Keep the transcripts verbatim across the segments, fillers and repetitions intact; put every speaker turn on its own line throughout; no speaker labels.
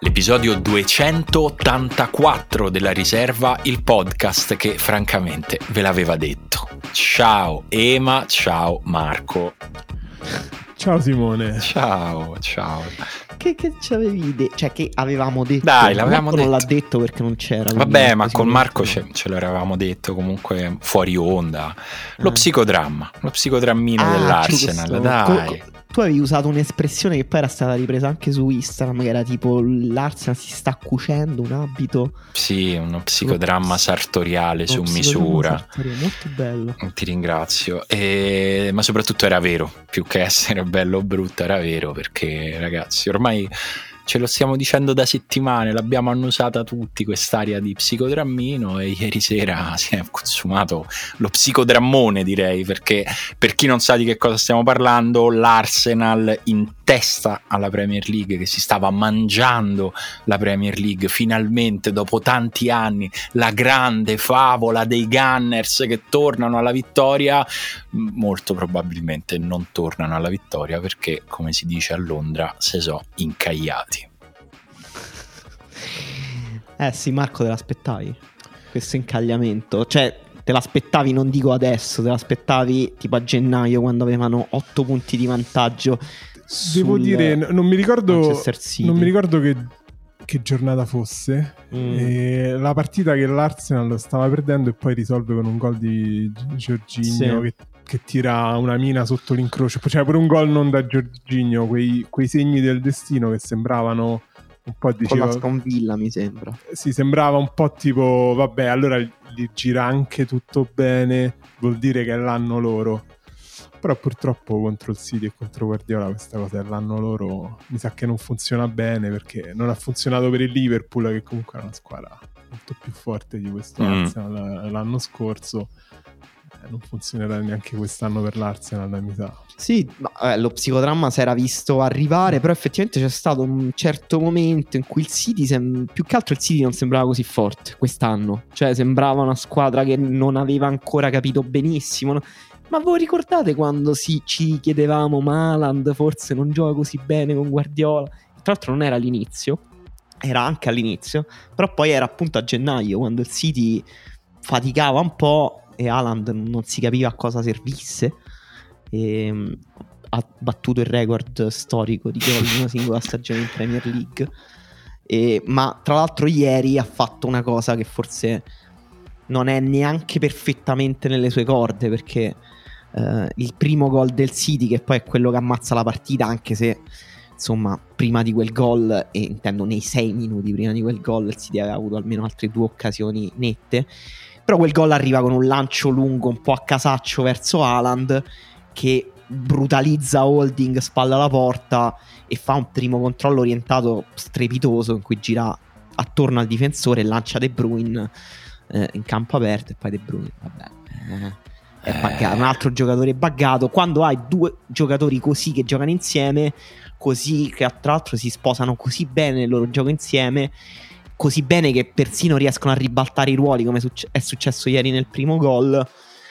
Episodio duecentottantaquattro della Riserva, il podcast che francamente ve l'aveva detto. Ciao Ema, ciao Marco.
Ciao Simone.
Ciao, ciao.
Che, che ci avevi detto? Cioè, che avevamo detto?
Dai, l'avevamo
Marco
detto.
Non l'ha detto perché non c'era.
Vabbè, ma con Marco ce, ce l'avevamo detto comunque fuori onda. Lo
Ah.
psicodramma, lo psicodrammino
Ah,
dell'Arsenal,
giusto.
dai.
Co- tu avevi usato un'espressione che poi era stata ripresa anche su Instagram, che era tipo l'Arsenal si sta cucendo un abito.
Sì, uno psicodramma
Lo-
sartoriale su
Uno psicodramma
misura.
sartoriale, molto bello.
Ti ringrazio, e... ma soprattutto era vero, più che essere bello o brutto era vero, perché ragazzi ormai ce lo stiamo dicendo da settimane, l'abbiamo annusata tutti quest'aria di psicodrammino, e ieri sera si è consumato lo psicodrammone, direi, perché per chi non sa di che cosa stiamo parlando, l'Arsenal in testa alla Premier League, che si stava mangiando la Premier League finalmente dopo tanti anni, la grande favola dei Gunners che tornano alla vittoria, molto probabilmente non tornano alla vittoria perché, come si dice a Londra, se so incagliati.
Eh sì, Marco, te l'aspettavi questo incagliamento? Cioè, te l'aspettavi, non dico adesso, te l'aspettavi tipo a gennaio, quando avevano otto punti di vantaggio?
Devo
sul
dire, n- non mi ricordo,
Manchester City.
non mi ricordo che, che giornata fosse.
Mm.
E la partita che l'Arsenal stava perdendo e poi risolve con un gol di Gi- Jorginho
Sì.
che, che tira una mina sotto l'incrocio. Cioè, pure un gol non da Jorginho, quei, quei segni del destino che sembravano un po',
Con la
dicevo,
Aston Villa, mi sembra.
sì, sembrava un po' tipo, vabbè, allora gli gira anche tutto bene, vuol dire che è l'anno loro. Però purtroppo contro il City e contro Guardiola questa cosa dell'anno loro mi sa che non funziona bene, perché non ha funzionato per il Liverpool, che comunque è una squadra molto più forte di questo
Mm.
Arsenal l'anno scorso. Eh, non funzionerà neanche quest'anno per l'Arsenal, mi sa.
Sì, ma, eh, lo psicodramma si era visto arrivare, però effettivamente c'è stato un certo momento in cui il City, sem- più che altro il City non sembrava così forte quest'anno. Cioè sembrava una squadra che non aveva ancora capito benissimo, no? Ma voi ricordate quando si, ci chiedevamo, ma Haaland forse non gioca così bene con Guardiola? Tra l'altro non era all'inizio, era anche all'inizio, però poi era appunto a gennaio, quando il City faticava un po' e Haaland non si capiva a cosa servisse. E, mh, ha battuto il record storico di gol in una singola stagione in Premier League. E, ma tra l'altro ieri ha fatto una cosa che forse non è neanche perfettamente nelle sue corde, perché eh, il primo gol del City, che poi è quello che ammazza la partita, anche se insomma prima di quel gol, e intendo nei sei minuti prima di quel gol, il City aveva avuto almeno altre due occasioni nette, però quel gol arriva con un lancio lungo un po' a casaccio verso Haaland, che brutalizza Holding, spalla alla porta e fa un primo controllo orientato strepitoso in cui gira attorno al difensore e lancia De Bruyne eh, in campo aperto, e poi De Bruyne vabbè eh, è buggato, un altro giocatore buggato. Quando hai due giocatori così che giocano insieme, così, che tra l'altro si sposano così bene nel loro gioco insieme, così bene che persino riescono a ribaltare i ruoli, come succe- è successo ieri nel primo gol,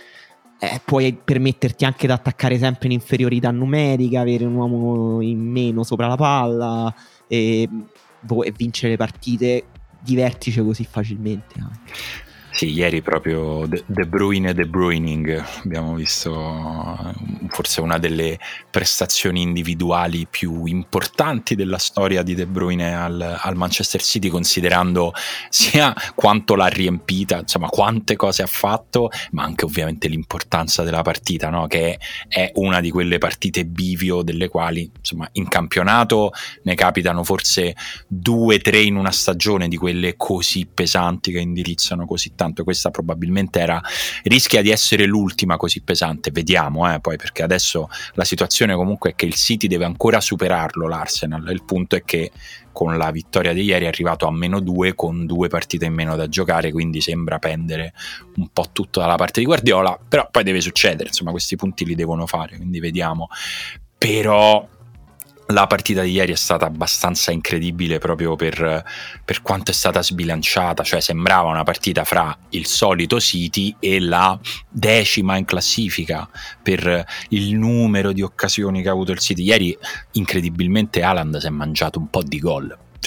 eh, puoi permetterti anche di attaccare sempre in inferiorità numerica, avere un uomo in meno sopra la palla e, boh, e vincere le partite di vertice così facilmente anche.
Sì, ieri proprio De, De Bruyne De Bruyning, abbiamo visto forse una delle prestazioni individuali più importanti della storia di De Bruyne al, al Manchester City, considerando sia quanto l'ha riempita, insomma quante cose ha fatto, ma anche ovviamente l'importanza della partita, no? Che è, è una di quelle partite bivio delle quali insomma in campionato ne capitano forse due, tre in una stagione, di quelle così pesanti che indirizzano così tanto. Questa probabilmente era, rischia di essere l'ultima così pesante, vediamo eh, poi, perché adesso la situazione comunque è che il City deve ancora superarlo l'Arsenal. Il punto è che con la vittoria di ieri è arrivato a meno due, con due partite in meno da giocare, quindi sembra pendere un po' tutto dalla parte di Guardiola, però poi deve succedere, insomma questi punti li devono fare, quindi vediamo. Però la partita di ieri è stata abbastanza incredibile proprio per, per quanto è stata sbilanciata, cioè sembrava una partita fra il solito City e la decima in classifica per il numero di occasioni che ha avuto il City. Ieri incredibilmente Haaland si è mangiato un po' di gol,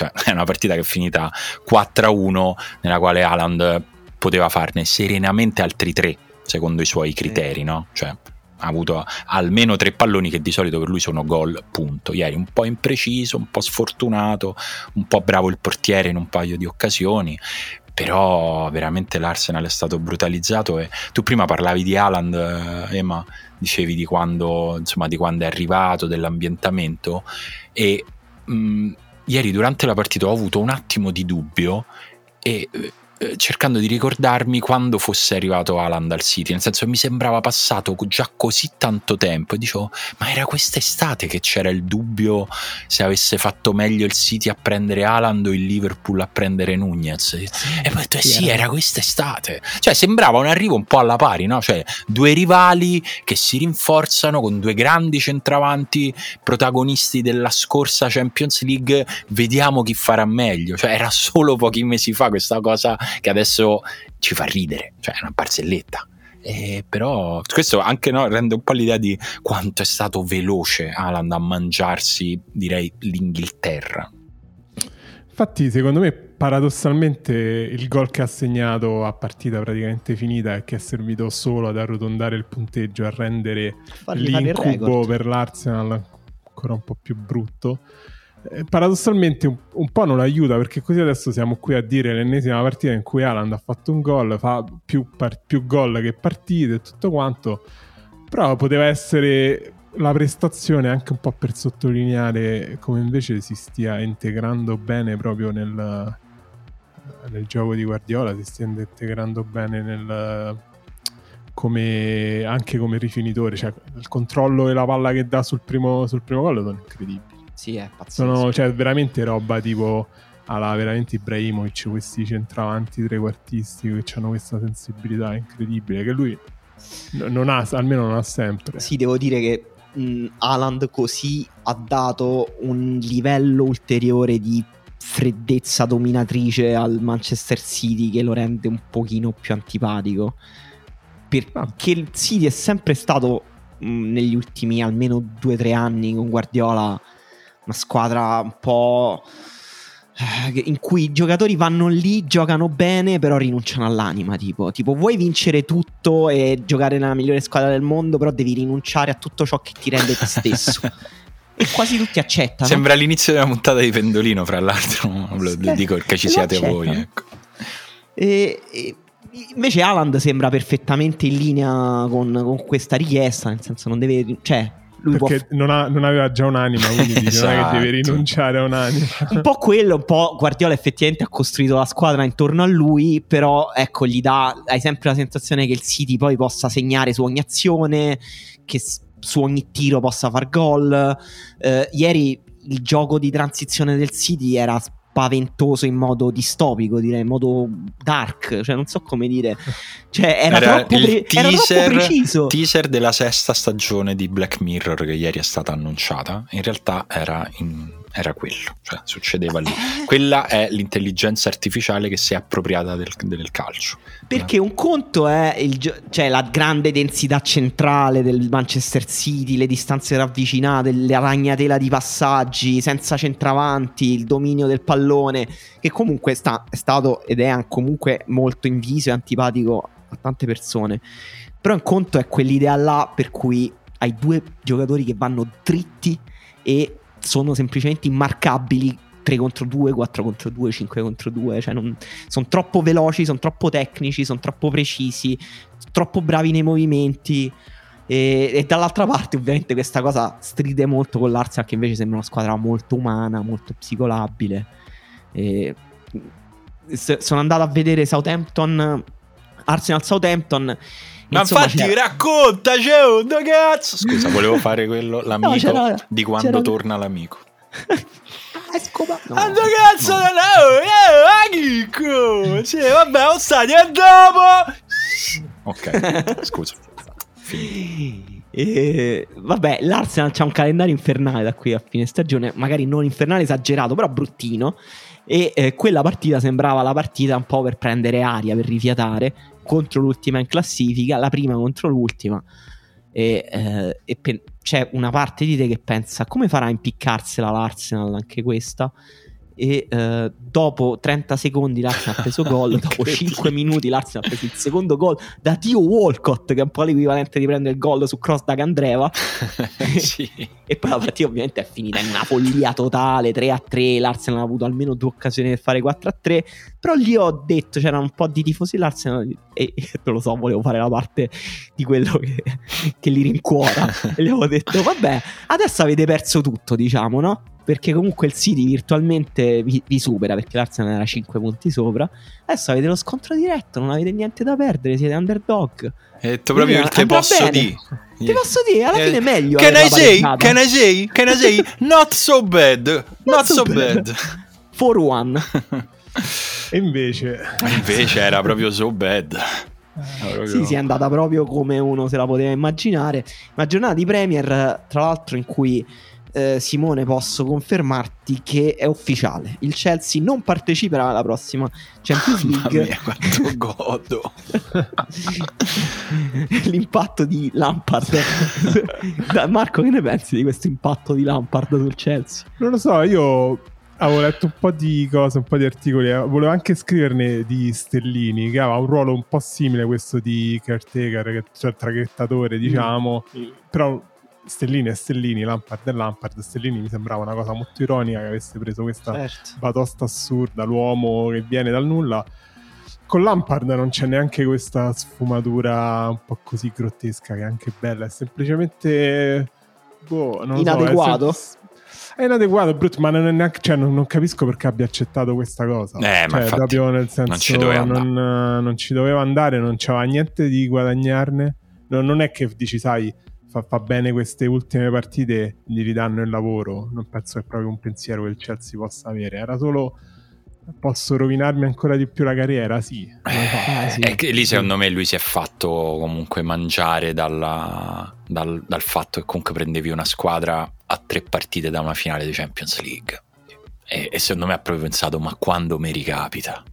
cioè è una partita che è finita quattro a uno, nella quale Haaland poteva farne serenamente altri tre secondo i suoi criteri, no? Cioè ha avuto almeno tre palloni che di solito per lui sono gol, punto. Ieri un po' impreciso, un po' sfortunato, un po' bravo il portiere in un paio di occasioni, però veramente l'Arsenal è stato brutalizzato. E tu prima parlavi di Haaland, Emma, dicevi di quando, insomma, di quando è arrivato, dell'ambientamento, e mh, ieri durante la partita ho avuto un attimo di dubbio e cercando di ricordarmi quando fosse arrivato Haaland al City, nel senso che mi sembrava passato già così tanto tempo e dicevo, ma era quest'estate che c'era il dubbio se avesse fatto meglio il City a prendere Haaland o il Liverpool a prendere Nunez, e poi ho detto eh sì, era quest'estate, cioè sembrava un arrivo un po' alla pari, no? Cioè due rivali che si rinforzano con due grandi centravanti protagonisti della scorsa Champions League, vediamo chi farà meglio, cioè era solo pochi mesi fa questa cosa che adesso ci fa ridere, cioè è una barzelletta, eh, però questo anche, no, rende un po' l'idea di quanto è stato veloce Haaland a mangiarsi, direi, l'Inghilterra.
Infatti secondo me paradossalmente il gol che ha segnato a partita praticamente finita e che è servito solo ad arrotondare il punteggio, a rendere
Fargli
l'incubo per l'Arsenal ancora un po' più brutto, Eh, paradossalmente un, un po' non aiuta, perché così adesso siamo qui a dire l'ennesima partita in cui Haaland ha fatto un gol, fa più, par- più gol che partite e tutto quanto, però poteva essere la prestazione anche un po' per sottolineare come invece si stia integrando bene proprio nel, nel gioco di Guardiola, si stia integrando bene nel, come, anche come rifinitore, cioè il controllo e la palla che dà sul primo, sul primo gol sono incredibili.
Sì, è pazzesco.
Sono, cioè, veramente roba tipo alla veramente Ibrahimovic, questi centravanti trequartisti che hanno questa sensibilità incredibile che lui n- non ha, almeno non ha sempre.
Sì, devo dire che mh, Haaland così ha dato un livello ulteriore di freddezza dominatrice al Manchester City che lo rende un pochino più antipatico, perché il City è sempre stato mh, negli ultimi almeno due o tre anni con Guardiola una squadra un po' eh, in cui i giocatori vanno lì, giocano bene, però rinunciano all'anima, tipo, tipo vuoi vincere tutto e giocare nella migliore squadra del mondo, però devi rinunciare a tutto ciò che ti rende te stesso. E quasi tutti accettano.
Sembra l'inizio della puntata di Pendolino, fra l'altro, lo
sì,
dico perché ci siate voi, ecco.
E, e invece Haaland sembra perfettamente in linea con, con questa richiesta, nel senso non deve, cioè lui
perché
può...
non, ha, non aveva già un'anima, quindi esatto. Non è che deve rinunciare a un'anima.
Un po' quello, un po' Guardiola effettivamente ha costruito la squadra intorno a lui, però ecco, gli dà, hai sempre la sensazione che il City poi possa segnare su ogni azione, che su ogni tiro possa far gol. eh, ieri il gioco di transizione del City era spaventoso in modo distopico, direi, in modo dark, cioè non so come dire, cioè era,
era
troppo,
il
pre- era
teaser,
troppo preciso.
Teaser della sesta stagione di Black Mirror che ieri è stata annunciata, in realtà era in era quello, cioè succedeva lì. Quella è l'intelligenza artificiale che si è appropriata del, del calcio.
Perché un conto è il gio- cioè la grande densità centrale del Manchester City, le distanze ravvicinate, la ragnatela di passaggi senza centravanti, il dominio del pallone, che comunque sta, è stato ed è comunque molto inviso e antipatico a tante persone. Però un conto è quell'idea là per cui hai due giocatori che vanno dritti e sono semplicemente immarcabili, tre contro due, quattro contro due, cinque contro due, cioè non, sono troppo veloci, sono troppo tecnici, sono troppo precisi, troppo bravi nei movimenti, e, e dall'altra parte ovviamente questa cosa stride molto con l'Arsenal, che invece sembra una squadra molto umana, molto psicolabile. E sono andato a vedere Southampton, Arsenal Southampton.
Ma
insomma,
infatti
c'era...
racconta, ciao, da cazzo. Scusa, volevo fare quello, l'amico, no, c'era, di quando
c'era...
torna l'amico.
No,
Ando cazzo, no, no, no, sì, vabbè, ho stato a dopo. Ok, scusa.
E, vabbè, l'Arsenal c'ha un calendario infernale da qui a fine stagione, magari non infernale esagerato, però bruttino. E eh, quella partita sembrava la partita un po' per prendere aria, per rifiatare, contro l'ultima in classifica, la prima contro l'ultima. E, eh, e pe- c'è una parte di te che pensa come farà a impiccarsela l'Arsenal anche questa, e eh, dopo trenta secondi l'Arsenal ha preso gol, dopo cinque minuti l'Arsenal ha preso il secondo gol da Theo Walcott, che è un po' l'equivalente di prendere il gol su cross da Candreva.
Sì.
E poi la partita ovviamente è finita in una follia totale, tre a tre, l'Arsenal ha avuto almeno due occasioni per fare quattro a tre, però lì ho detto, c'erano un po' di tifosi dell'Arsenal e, e non lo so, volevo fare la parte di quello che, che li rincuora e gli avevo detto vabbè, adesso avete perso tutto, diciamo, no? Perché comunque il City virtualmente vi, vi supera, perché l'Arsenal era cinque punti sopra. Adesso avete lo scontro diretto, non avete niente da perdere, siete underdog.
Hai detto proprio il te posso dire.
Ti posso dire, alla fine è meglio.
Can I say? Can I say? Can I say? Not so bad. Not, Not so, so bad. bad.
four one.
E invece
Invece era proprio so bad.
Proprio... Sì, sì, è andata proprio come uno se la poteva immaginare. Una giornata di Premier, tra l'altro, in cui eh, Simone, posso confermarti che è ufficiale: il Chelsea non parteciperà alla prossima Champions League.
Mamma mia, quanto godo.
L'impatto di Lampard. Marco, che ne pensi di questo impatto di Lampard sul Chelsea?
Non lo so, io avevo letto un po' di cose, un po' di articoli, volevo anche scriverne di Stellini, che aveva un ruolo un po' simile a questo di caretaker, cioè traghettatore, diciamo, mm. però Stellini e Stellini, Lampard e Lampard. Stellini mi sembrava una cosa molto ironica che avesse preso questa certo. batosta assurda, l'uomo che viene dal nulla. Con Lampard non c'è neanche questa sfumatura un po' così grottesca, che è anche bella, è semplicemente boh, non
inadeguato.
So, è sem- È inadeguato, brutto, ma non, è neanche, cioè, non, non capisco perché abbia accettato questa cosa.
Eh, ma
cioè, proprio nel senso,
non ci doveva andare.
Non, non ci doveva andare, non c'aveva niente di guadagnarne. No, non è che dici, sai, fa, fa bene queste ultime partite, gli ridanno il lavoro. Non penso che proprio un pensiero che il Chelsea possa avere. Era solo, posso rovinarmi ancora di più la carriera? Sì.
Eh, sì. È che lì secondo me lui si è fatto comunque mangiare dalla, dal, dal fatto che comunque prendevi una squadra a tre partite da una finale di Champions League e, e secondo me ha proprio pensato, ma quando mi ricapita?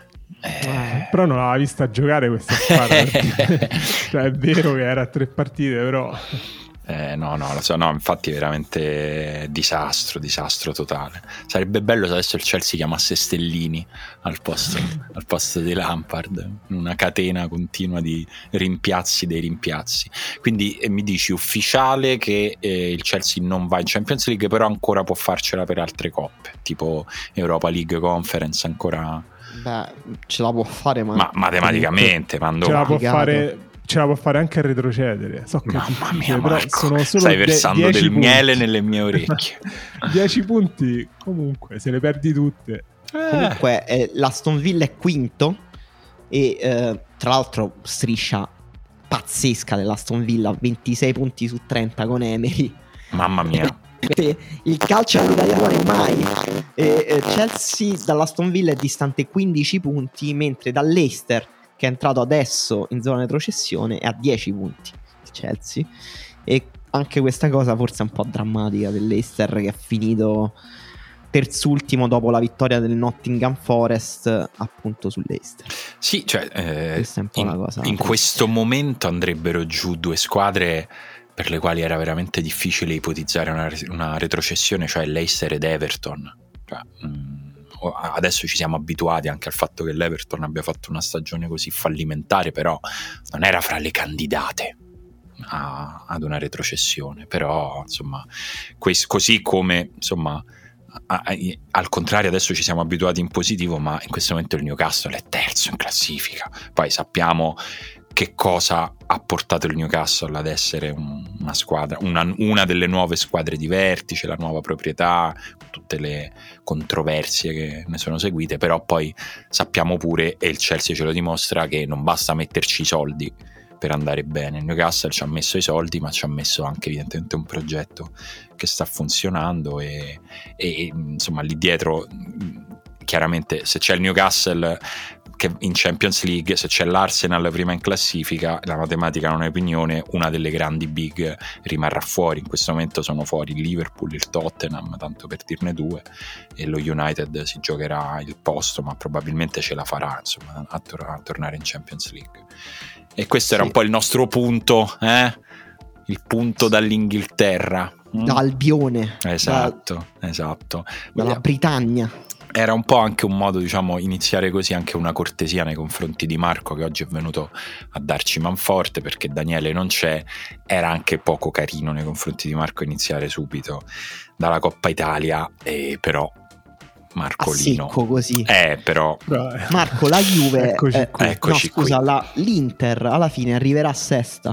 Eh... Però non l'aveva vista giocare questa squadra. Cioè, è vero che era a tre partite, però
Eh, no, no, lo so, no, infatti veramente disastro, disastro totale. Sarebbe bello se adesso il Chelsea chiamasse Stellini al posto, al posto di Lampard, una catena continua di rimpiazzi dei rimpiazzi. Quindi eh, mi dici ufficiale che eh, il Chelsea non va in Champions League, però ancora può farcela per altre coppe, tipo Europa League, Conference, ancora...
Beh, ce la può fare, ma,
ma matematicamente, ma
ce la può fare... Ce la può fare anche a retrocedere. So che
Mamma mia,
però
Marco,
sono solo
stai versando
de-
del
punti.
miele nelle mie orecchie.
dieci punti, comunque, se le perdi tutte.
Eh. Comunque, eh, l'Aston Villa è quinto e eh, tra l'altro striscia pazzesca dell'Aston Villa, ventisei punti su trenta con Emery.
Mamma mia.
Il calcio all'italiano è mai. E, eh, Chelsea dall'Aston Villa è distante quindici punti, mentre dall'Leicester, che è entrato adesso in zona retrocessione, è a dieci punti il Chelsea. E anche questa cosa forse è un po' drammatica dell'Leicester, che è finito terzultimo dopo la vittoria del Nottingham Forest appunto sull'Leicester.
Sì, cioè eh,
questa è un po'
in,
la cosa
in questo momento andrebbero giù due squadre per le quali era veramente difficile ipotizzare una, una retrocessione, cioè Leicester ed Everton. Cioè, mh, adesso ci siamo abituati anche al fatto che l'Everton abbia fatto una stagione così fallimentare, però non era fra le candidate a, ad una retrocessione. Però insomma, quest, così come insomma a, a, al contrario adesso ci siamo abituati in positivo, ma in questo momento il Newcastle è terzo in classifica. Poi sappiamo che cosa ha portato il Newcastle ad essere un, una squadra, una, una delle nuove squadre di vertice, la nuova proprietà, tutte le controversie che ne sono seguite. Però poi sappiamo pure, e il Chelsea ce lo dimostra, che non basta metterci i soldi per andare bene. Il Newcastle ci ha messo i soldi, ma ci ha messo anche evidentemente un progetto che sta funzionando e, e insomma lì dietro chiaramente se c'è il Newcastle che in Champions League, se c'è l'Arsenal prima in classifica, la matematica non è opinione, una delle grandi big rimarrà fuori. In questo momento sono fuori il Liverpool, il Tottenham, tanto per dirne due, e lo United si giocherà il posto, ma probabilmente ce la farà insomma a, tor- a tornare in Champions League. E questo sì. Era un po' il nostro punto, eh? Il punto dall'Inghilterra,
da Albione,
esatto, da, esatto,
dalla Britannia.
era un po' anche un modo, diciamo, iniziare così anche una cortesia nei confronti di Marco, che oggi è venuto a darci manforte perché Daniele non c'è. Era anche poco carino nei confronti di Marco iniziare subito dalla Coppa Italia, e però Marcolino
a secco così.
Eh, però
Marco, la Juve
Eccoci
eh,
qui.
Eccoci
no, scusa,
qui.
la, l'Inter alla fine arriverà a sesta.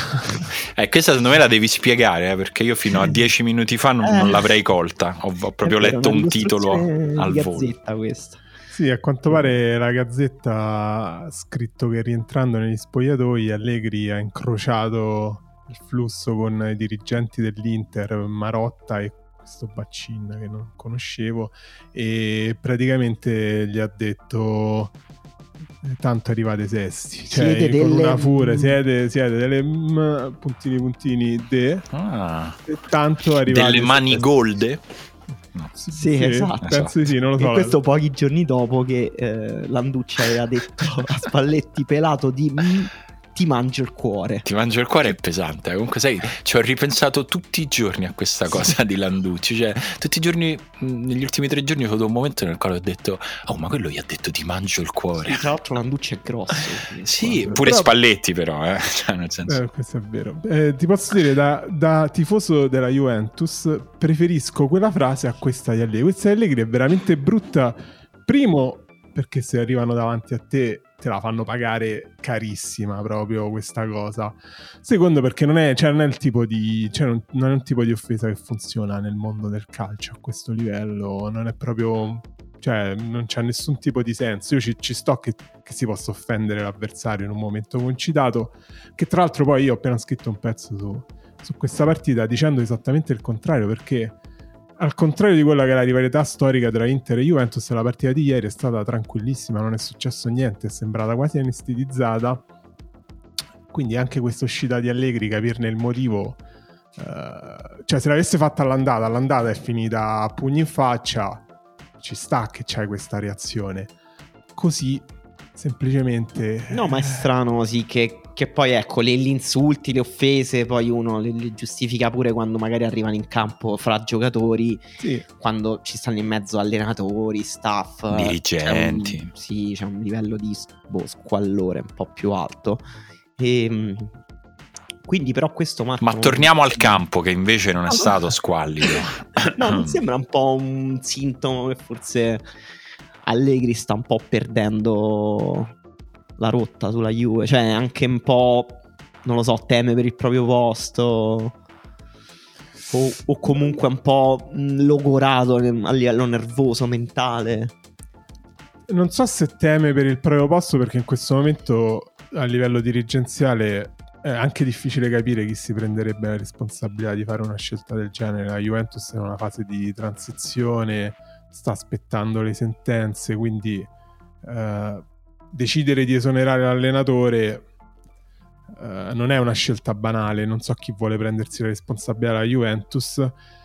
Eh, questa secondo me la devi spiegare, eh, perché io fino a dieci minuti fa non,
Eh.
non l'avrei colta. Ho, ho proprio
È vero,
letto
una
un titolo
illustrazione
al
di
volo.
Gazzetta questa.
Sì, a quanto pare la Gazzetta ha scritto che rientrando negli spogliatoi Allegri ha incrociato il flusso con i dirigenti dell'Inter, Marotta e questo Baccin che non conoscevo, e praticamente gli ha detto tanto arrivate sesti, cioè
Siete
con
delle-
una furia, siete, siete delle mm, puntini puntini de
Ah,
e tanto arrivate
delle mani
sesti.
golde. No.
Sì, esatto.
Penso di sì, non lo so.
E questo pochi giorni dopo che eh, Landucci aveva detto a Spalletti pelato di "Mm, ti mangio il cuore".
Ti mangio il cuore è pesante. Comunque, sai, ci ho ripensato tutti i giorni a questa cosa di Landucci. Cioè, tutti i giorni, mh, negli ultimi tre giorni, ho avuto un momento nel quale ho detto: oh, ma quello gli ha detto ti mangio il cuore.
Sì, tra l'altro Landucci è grosso.
Sì,
Però-
pure Spalletti, però, eh. Cioè, nel senso.
Eh, questo è vero. Eh, ti posso dire, da, da tifoso della Juventus, preferisco quella frase a questa di Allegri. Questa di Allegri è veramente brutta. Primo, perché se arrivano davanti a te te la fanno pagare carissima proprio questa cosa. Secondo, perché non è, cioè non è il tipo di, cioè non, non è un tipo di offesa che funziona nel mondo del calcio a questo livello. Non è proprio, cioè non c'è nessun tipo di senso. Io ci, ci sto che, che si possa offendere l'avversario in un momento concitato, che tra l'altro poi io ho appena scritto un pezzo su, su questa partita dicendo esattamente il contrario, perché al contrario di quella che è la rivalità storica tra Inter e Juventus, la partita di ieri è stata tranquillissima, non è successo niente, è sembrata quasi anestetizzata. Quindi anche questa uscita di Allegri, capirne il motivo, eh, cioè se l'avesse fatta all'andata, all'andata è finita a pugni in faccia, ci sta che c'hai questa reazione. Così semplicemente
No, ma è strano sì che, che poi ecco le, gli insulti, le offese, poi uno le, le giustifica pure quando magari arrivano in campo fra giocatori,
sì.
quando ci stanno in mezzo allenatori, staff,
Dirigenti.
c'è un, sì, c'è un livello di boh, squallore un po' più alto. E, quindi però questo Marco
Ma
non-
torniamo al campo, che invece non è
Allora-
stato squallido.
No, non sembra un po' un sintomo che forse Allegri sta un po' perdendo la rotta sulla Juve, cioè anche un po', non lo so, teme per il proprio posto o, o comunque un po' mh, logorato nel- a livello nervoso, mentale.
Non so se teme per il proprio posto, perché in questo momento a livello dirigenziale è anche difficile capire chi si prenderebbe la responsabilità di fare una scelta del genere. La Juventus è in una fase di transizione, sta aspettando le sentenze, quindi eh, decidere di esonerare l'allenatore eh, non è una scelta banale. Non so chi vuole prendersi la responsabilità della Juventus.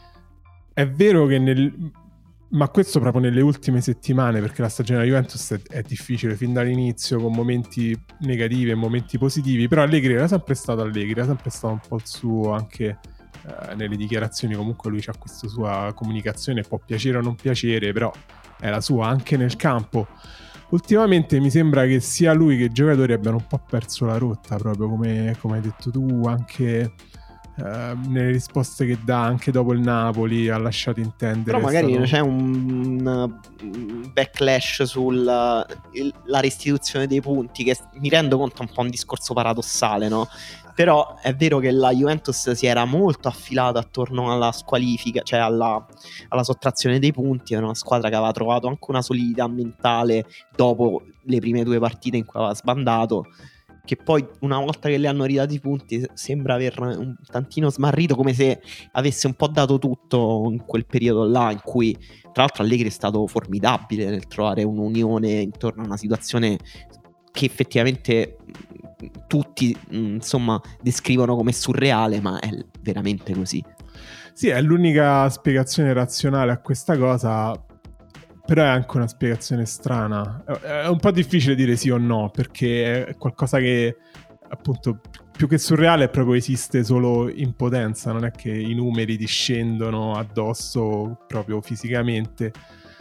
È vero che nel... ma questo proprio nelle ultime settimane, perché la stagione della Juventus è, è difficile fin dall'inizio, con momenti negativi e momenti positivi, però Allegri era sempre stato Allegri, era sempre stato un po' il suo, anche eh, nelle dichiarazioni comunque lui c'ha questa sua comunicazione, può piacere o non piacere, però è la sua anche nel campo. Ultimamente mi sembra che sia lui che i giocatori abbiano un po' perso la rotta, proprio come, come hai detto tu, anche Uh, nelle risposte che dà anche dopo il Napoli ha lasciato intendere.
Però magari
stato...
c'è un, un backlash sulla la restituzione dei punti, che mi rendo conto è un po' un discorso paradossale, no? Però è vero che la Juventus si era molto affilata attorno alla squalifica, cioè alla, alla sottrazione dei punti. Era una squadra che aveva trovato anche una solidità mentale dopo le prime due partite in cui aveva sbandato, che poi una volta che le hanno ridati i punti sembra aver un tantino smarrito, come se avesse un po' dato tutto in quel periodo là, in cui tra l'altro Allegri è stato formidabile nel trovare un'unione intorno a una situazione che effettivamente tutti insomma descrivono come surreale, ma è veramente così.
Sì, è l'unica spiegazione razionale a questa cosa, però è anche una spiegazione strana. È un po' difficile dire sì o no, perché è qualcosa che appunto più che surreale è proprio esiste solo in potenza, non è che i numeri ti scendono addosso proprio fisicamente.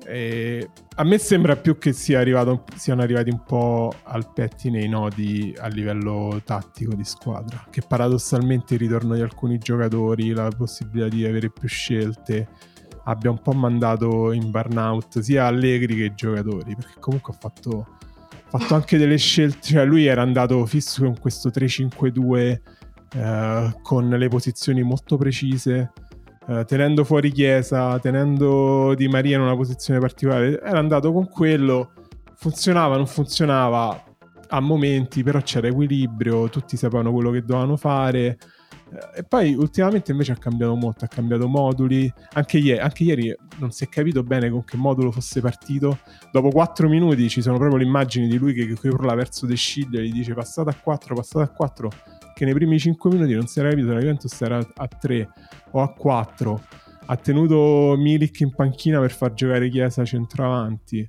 E a me sembra più che sia arrivato, siano arrivati un po' al pettine i nodi a livello tattico di squadra, che paradossalmente il ritorno di alcuni giocatori, la possibilità di avere più scelte, abbia un po' mandato in burnout sia Allegri che i giocatori, perché comunque ha fatto, fatto anche delle scelte, cioè lui era andato fisso con questo tre cinque due eh, con le posizioni molto precise, Uh, tenendo fuori Chiesa, tenendo Di Maria in una posizione particolare, era andato con quello, funzionava, non funzionava a momenti, però c'era equilibrio, tutti sapevano quello che dovevano fare, uh, e poi ultimamente invece ha cambiato molto, ha cambiato moduli, anche ieri, anche ieri non si è capito bene con che modulo fosse partito, dopo quattro minuti ci sono proprio le immagini di lui che, che urla verso De Sciglio e gli dice passate a quattro, passate a quattro, che nei primi cinque minuti non si era capito, la Juventus era a tre o a quattro, ha tenuto Milik in panchina per far giocare Chiesa centravanti,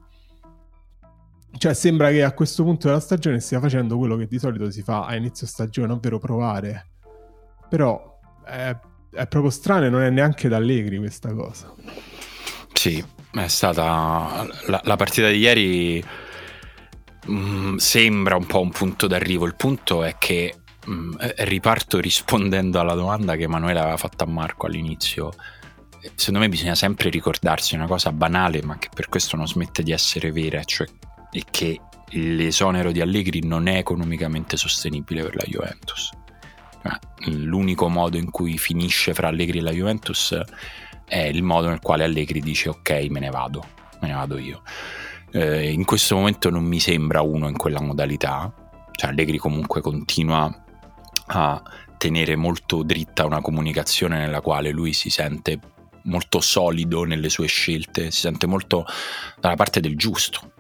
cioè sembra che a questo punto della stagione stia facendo quello che di solito si fa a inizio stagione, ovvero provare, però è, è proprio strano e non è neanche da Allegri questa cosa.
Sì, è stata la, la partita di ieri mh, sembra un po' un punto d'arrivo, il punto è che Mm, riparto rispondendo alla domanda che Emanuele aveva fatto a Marco all'inizio. Secondo me bisogna sempre ricordarsi una cosa banale, ma che per questo non smette di essere vera, cioè è che l'esonero di Allegri non è economicamente sostenibile per la Juventus. L'unico modo in cui finisce fra Allegri e la Juventus è il modo nel quale Allegri dice ok, me ne vado, me ne vado io. Eh, in questo momento non mi sembra uno in quella modalità, cioè Allegri comunque continua a tenere molto dritta una comunicazione nella quale lui si sente molto solido nelle sue scelte, si sente molto dalla parte del giusto,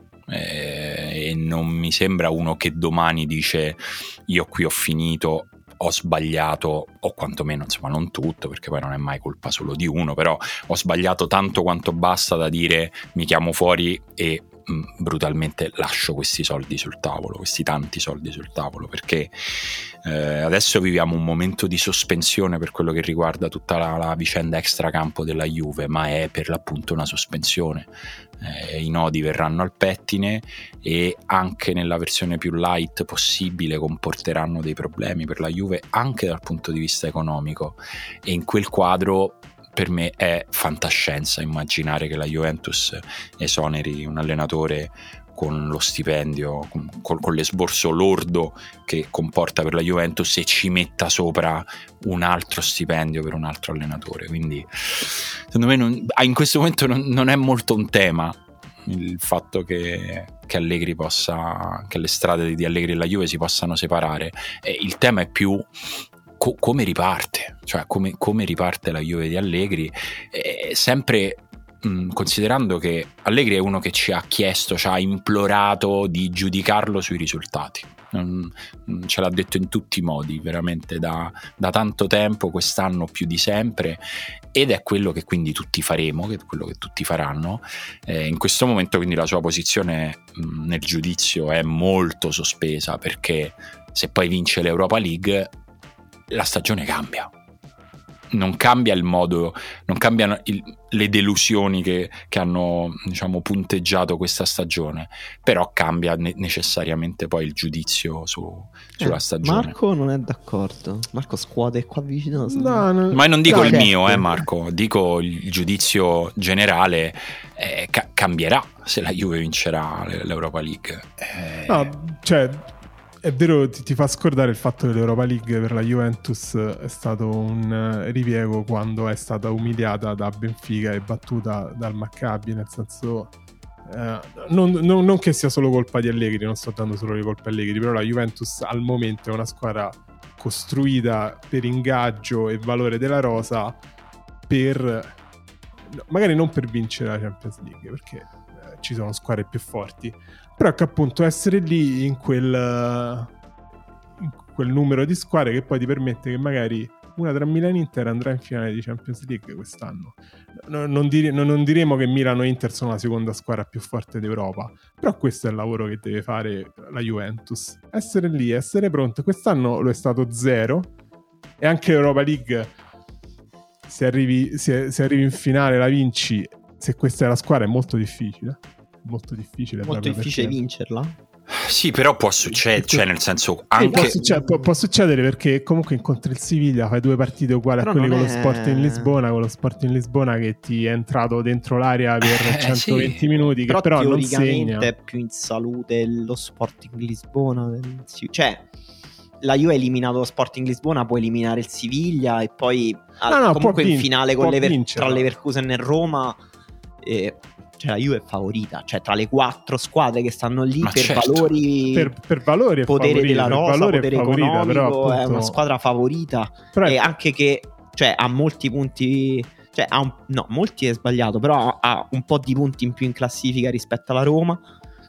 eh, e non mi sembra uno che domani dice io qui ho finito, ho sbagliato, o quantomeno insomma non tutto, perché poi non è mai colpa solo di uno, però ho sbagliato tanto quanto basta da dire mi chiamo fuori e brutalmente lascio questi soldi sul tavolo, questi tanti soldi sul tavolo, perché eh, adesso viviamo un momento di sospensione per quello che riguarda tutta la, la vicenda extracampo della Juve, ma è per l'appunto una sospensione. Eh, i nodi verranno al pettine e anche nella versione più light possibile comporteranno dei problemi per la Juve anche dal punto di vista economico, e in quel quadro per me è fantascienza immaginare che la Juventus esoneri un allenatore con lo stipendio, con, con l'esborso lordo che comporta per la Juventus, e ci metta sopra un altro stipendio per un altro allenatore. Quindi secondo me non, in questo momento non, non è molto un tema il fatto che, che Allegri possa, che le strade di Allegri e la Juve si possano separare, e il tema è più co- come riparte, cioè come, come riparte la Juve di Allegri, eh, sempre mh, considerando che Allegri è uno che ci ha chiesto, ci ha implorato di giudicarlo sui risultati. Non, ce l'ha detto in tutti i modi, veramente da, da tanto tempo, quest'anno più di sempre, ed è quello che quindi tutti faremo, che è quello che tutti faranno. Eh, in questo momento quindi la sua posizione mh, nel giudizio è molto sospesa, perché se poi vince l'Europa League la stagione cambia. Non cambia il modo, non cambiano il, le delusioni che, che hanno, diciamo, punteggiato questa stagione, però cambia ne- necessariamente poi il giudizio su, sulla
eh,
stagione.
Marco non è d'accordo. Marco scuote qua vicino.
No, no,
ma non dico
no,
il
certo.
mio, eh, Marco, dico il giudizio generale. Eh, ca- cambierà se la Juve vincerà l'Europa League. Eh,
no, cioè è vero, ti, ti fa scordare il fatto che l'Europa League per la Juventus è stato un ripiego quando è stata umiliata da Benfica e battuta dal Maccabi, nel senso eh, non, non, non che sia solo colpa di Allegri, non sto dando solo le colpe a Allegri, però la Juventus al momento è una squadra costruita per ingaggio e valore della rosa, per magari non per vincere la Champions League, perché eh, ci sono squadre più forti, però che appunto essere lì in quel, in quel numero di squadre che poi ti permette che magari una tra Milan e Inter andrà in finale di Champions League quest'anno. No, non, dire, no, non diremo che Milano e Inter sono la seconda squadra più forte d'Europa, però questo è il lavoro che deve fare la Juventus, essere lì, essere pronto. Quest'anno lo è stato zero, e anche l'Europa League, se arrivi, se, se arrivi in finale la vinci se questa è la squadra è molto difficile, molto difficile,
molto difficile
perché...
vincerla.
Sì, però può succedere, cioè nel senso anche...
Può, succedere, può, può succedere perché comunque incontri il Siviglia, fai due partite uguali però a quelli con è... lo Sporting Lisbona, con lo Sporting Lisbona che ti è entrato dentro l'area per eh, centoventi sì. minuti,
però
che però non
teoricamente
segna.
È più in salute lo Sporting Lisbona, cioè la Juve ha eliminato lo Sporting Lisbona, può eliminare il Siviglia e poi
no, no,
comunque
vin-
in finale con Lever-
tra
Leverkusen e Roma e... cioè la Juve è favorita, cioè tra le quattro squadre che stanno lì
ma
per
certo.
valori
per, per valori
potere
favorita,
della rosa,
valore
potere
favorita,
economico,
però, appunto...
è una squadra favorita
però
e
è...
anche che cioè ha molti punti, cioè ha un, no, molti è sbagliato, però ha un po' di punti in più in classifica rispetto alla Roma.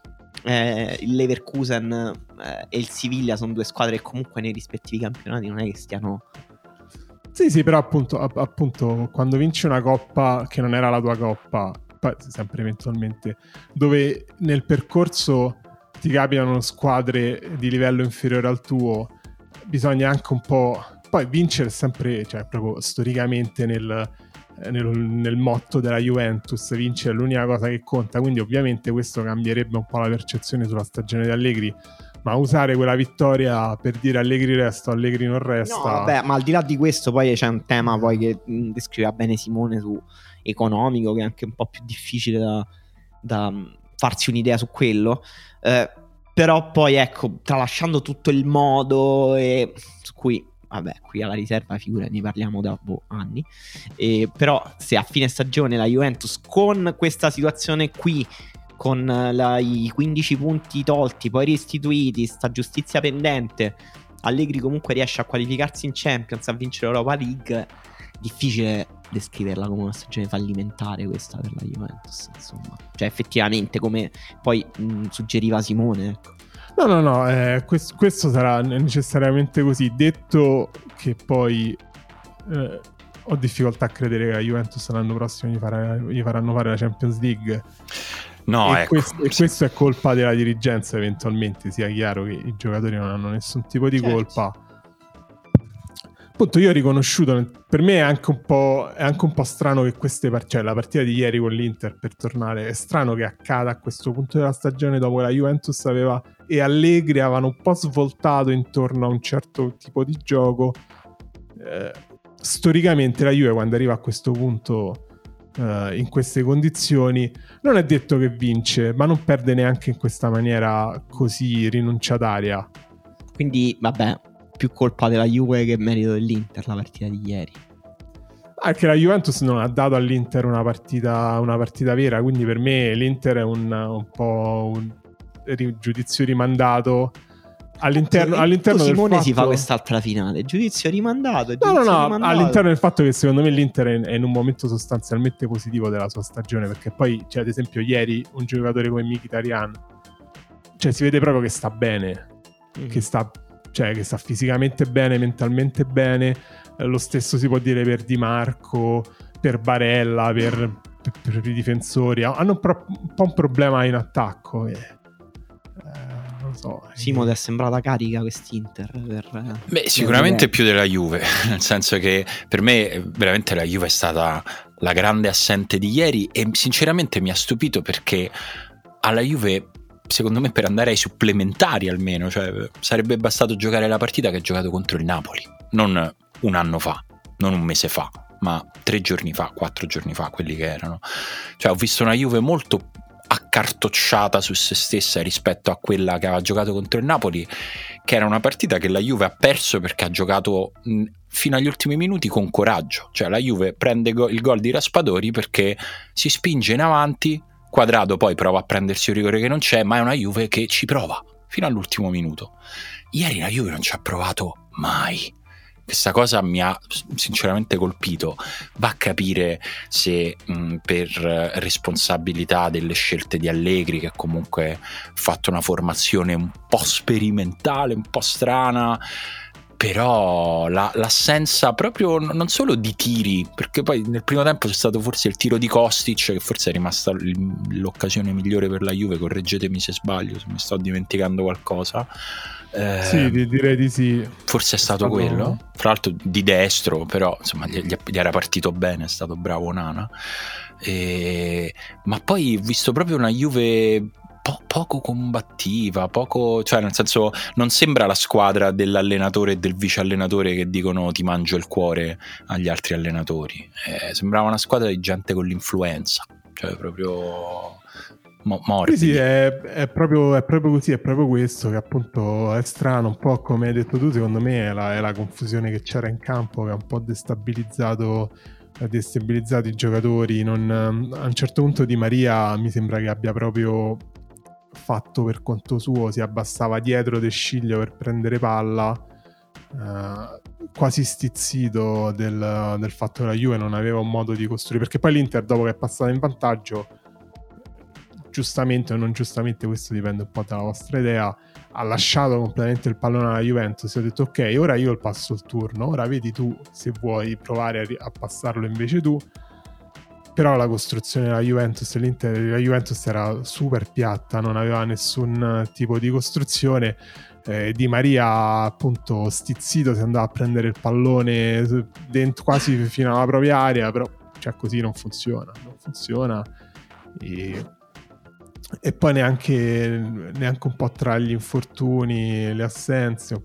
Eh, il Leverkusen eh, e il Siviglia sono due squadre che comunque nei rispettivi campionati non è che stiano...
Sì, sì, però appunto, appunto quando vinci una coppa che non era la tua coppa, sempre eventualmente, dove nel percorso ti capitano squadre di livello inferiore al tuo, bisogna anche un po'... Poi vincere è sempre, cioè proprio storicamente nel, nel, nel motto della Juventus, vincere è l'unica cosa che conta, quindi ovviamente questo cambierebbe un po' la percezione sulla stagione di Allegri, ma usare quella vittoria per dire Allegri resta, Allegri non resta...
No, vabbè, ma al di là di questo poi c'è un tema poi che mh, descriveva bene Simone su economico, che è anche un po' più difficile da, da farsi un'idea su quello, eh, però poi ecco, tralasciando tutto il modo e su cui vabbè, qui alla riserva figura ne parliamo da boh, anni, e, però se a fine stagione la Juventus con questa situazione qui, con la, i quindici punti tolti, poi restituiti, sta giustizia pendente, Allegri comunque riesce a qualificarsi in Champions, a vincere l'Europa League, difficile descriverla come una stagione fallimentare questa per la Juventus, insomma, cioè effettivamente come poi mh, suggeriva Simone, ecco.
No, no, no, eh, questo, questo sarà necessariamente così, detto che poi eh, ho difficoltà a credere che la Juventus l'anno prossimo gli, farà, gli faranno fare la Champions League.
No,
e,
ecco,
questo, e questo è colpa della dirigenza, eventualmente, sia chiaro che i giocatori non hanno nessun tipo di
certo.
colpa. Appunto, io ho riconosciuto, per me è anche un po', è anche un po' strano che queste partite, cioè la partita di ieri con l'Inter, per tornare, è strano che accada a questo punto della stagione, dopo che la Juventus aveva e Allegri avevano un po' svoltato intorno a un certo tipo di gioco. Eh, storicamente la Juve quando arriva a questo punto, Uh, in queste condizioni, non è detto che vince, ma non perde neanche in questa maniera così rinunciataria.
Quindi vabbè, più colpa della Juve che merito dell'Inter la partita di ieri.
Anche la Juventus non ha dato all'Inter una partita, una partita vera, quindi per me l'Inter è un, un po' un giudizio rimandato all'interno, all'interno del
Simone
fatto...
si fa quest'altra finale, giudizio rimandato,
no
giudizio
no no
rimandato.
All'interno del fatto che secondo me l'Inter è in un momento sostanzialmente positivo della sua stagione, perché poi cioè, ad esempio ieri un giocatore come Mkhitaryan, cioè si vede proprio che sta bene, mm. che sta cioè che sta fisicamente bene, mentalmente bene. Eh, lo stesso si può dire per Di Marco, per Barella, per, per, per i difensori. Hanno un, pro- un po' un problema in attacco eh. So,
Simo ti è sembrata carica quest'Inter per,
beh sicuramente più della Juve, nel senso che per me veramente la Juve è stata la grande assente di ieri e sinceramente mi ha stupito, perché alla Juve secondo me per andare ai supplementari almeno, cioè sarebbe bastato giocare la partita che ha giocato contro il Napoli, non un anno fa, non un mese fa, ma tre giorni fa, quattro giorni fa, quelli che erano. Cioè ho visto una Juve molto accartocciata su se stessa rispetto a quella che aveva giocato contro il Napoli, che era una partita che la Juve ha perso perché ha giocato mh, fino agli ultimi minuti con coraggio. Cioè la Juve prende go- il gol di Raspadori perché si spinge in avanti, Quadrado poi prova a prendersi un rigore che non c'è, ma è una Juve che ci prova fino all'ultimo minuto. Ieri la Juve non ci ha provato mai. Questa cosa mi ha sinceramente colpito. Va a capire se mh, per responsabilità delle scelte di Allegri, che comunque ha fatto una formazione un po' sperimentale, un po' strana, però la, l'assenza proprio non solo di tiri, perché poi nel primo tempo c'è stato forse il tiro di Kostic, che forse è rimasta l'occasione migliore per la Juve, correggetemi se sbaglio, se mi sto dimenticando qualcosa. Eh,
sì, direi di sì.
Forse è stato, stato quello, tra l'altro di destro, però insomma gli, gli era partito bene, è stato bravo Onana. E, ma poi ho visto proprio una Juve po- poco combattiva, poco, cioè nel senso non sembra la squadra dell'allenatore e del vice allenatore che dicono ti mangio il cuore agli altri allenatori, eh, sembrava una squadra di gente con l'influenza, cioè proprio mo- morbidi.
Sì, sì, è, è, proprio, è proprio così, è proprio questo che appunto è strano, un po' come hai detto tu, secondo me è la, è la confusione che c'era in campo che ha un po' destabilizzato ha destabilizzato i giocatori. Non, a un certo punto Di Maria mi sembra che abbia proprio fatto per conto suo, si abbassava dietro De Sciglio per prendere palla, eh, quasi stizzito del, del fatto che la Juve non aveva un modo di costruire, perché poi l'Inter dopo che è passata in vantaggio, giustamente o non giustamente, questo dipende un po' dalla vostra idea, ha lasciato completamente il pallone alla Juventus e ha detto ok, ora io passo il turno, ora vedi tu se vuoi provare a, a passarlo invece tu. Però la costruzione della Juventus, l'Inter, la Juventus era super piatta, non aveva nessun tipo di costruzione. eh, Di Maria appunto stizzito si andava a prendere il pallone dentro, quasi fino alla propria area, però cioè, così non funziona non funziona e E poi neanche, neanche un po' tra gli infortuni, le assenze,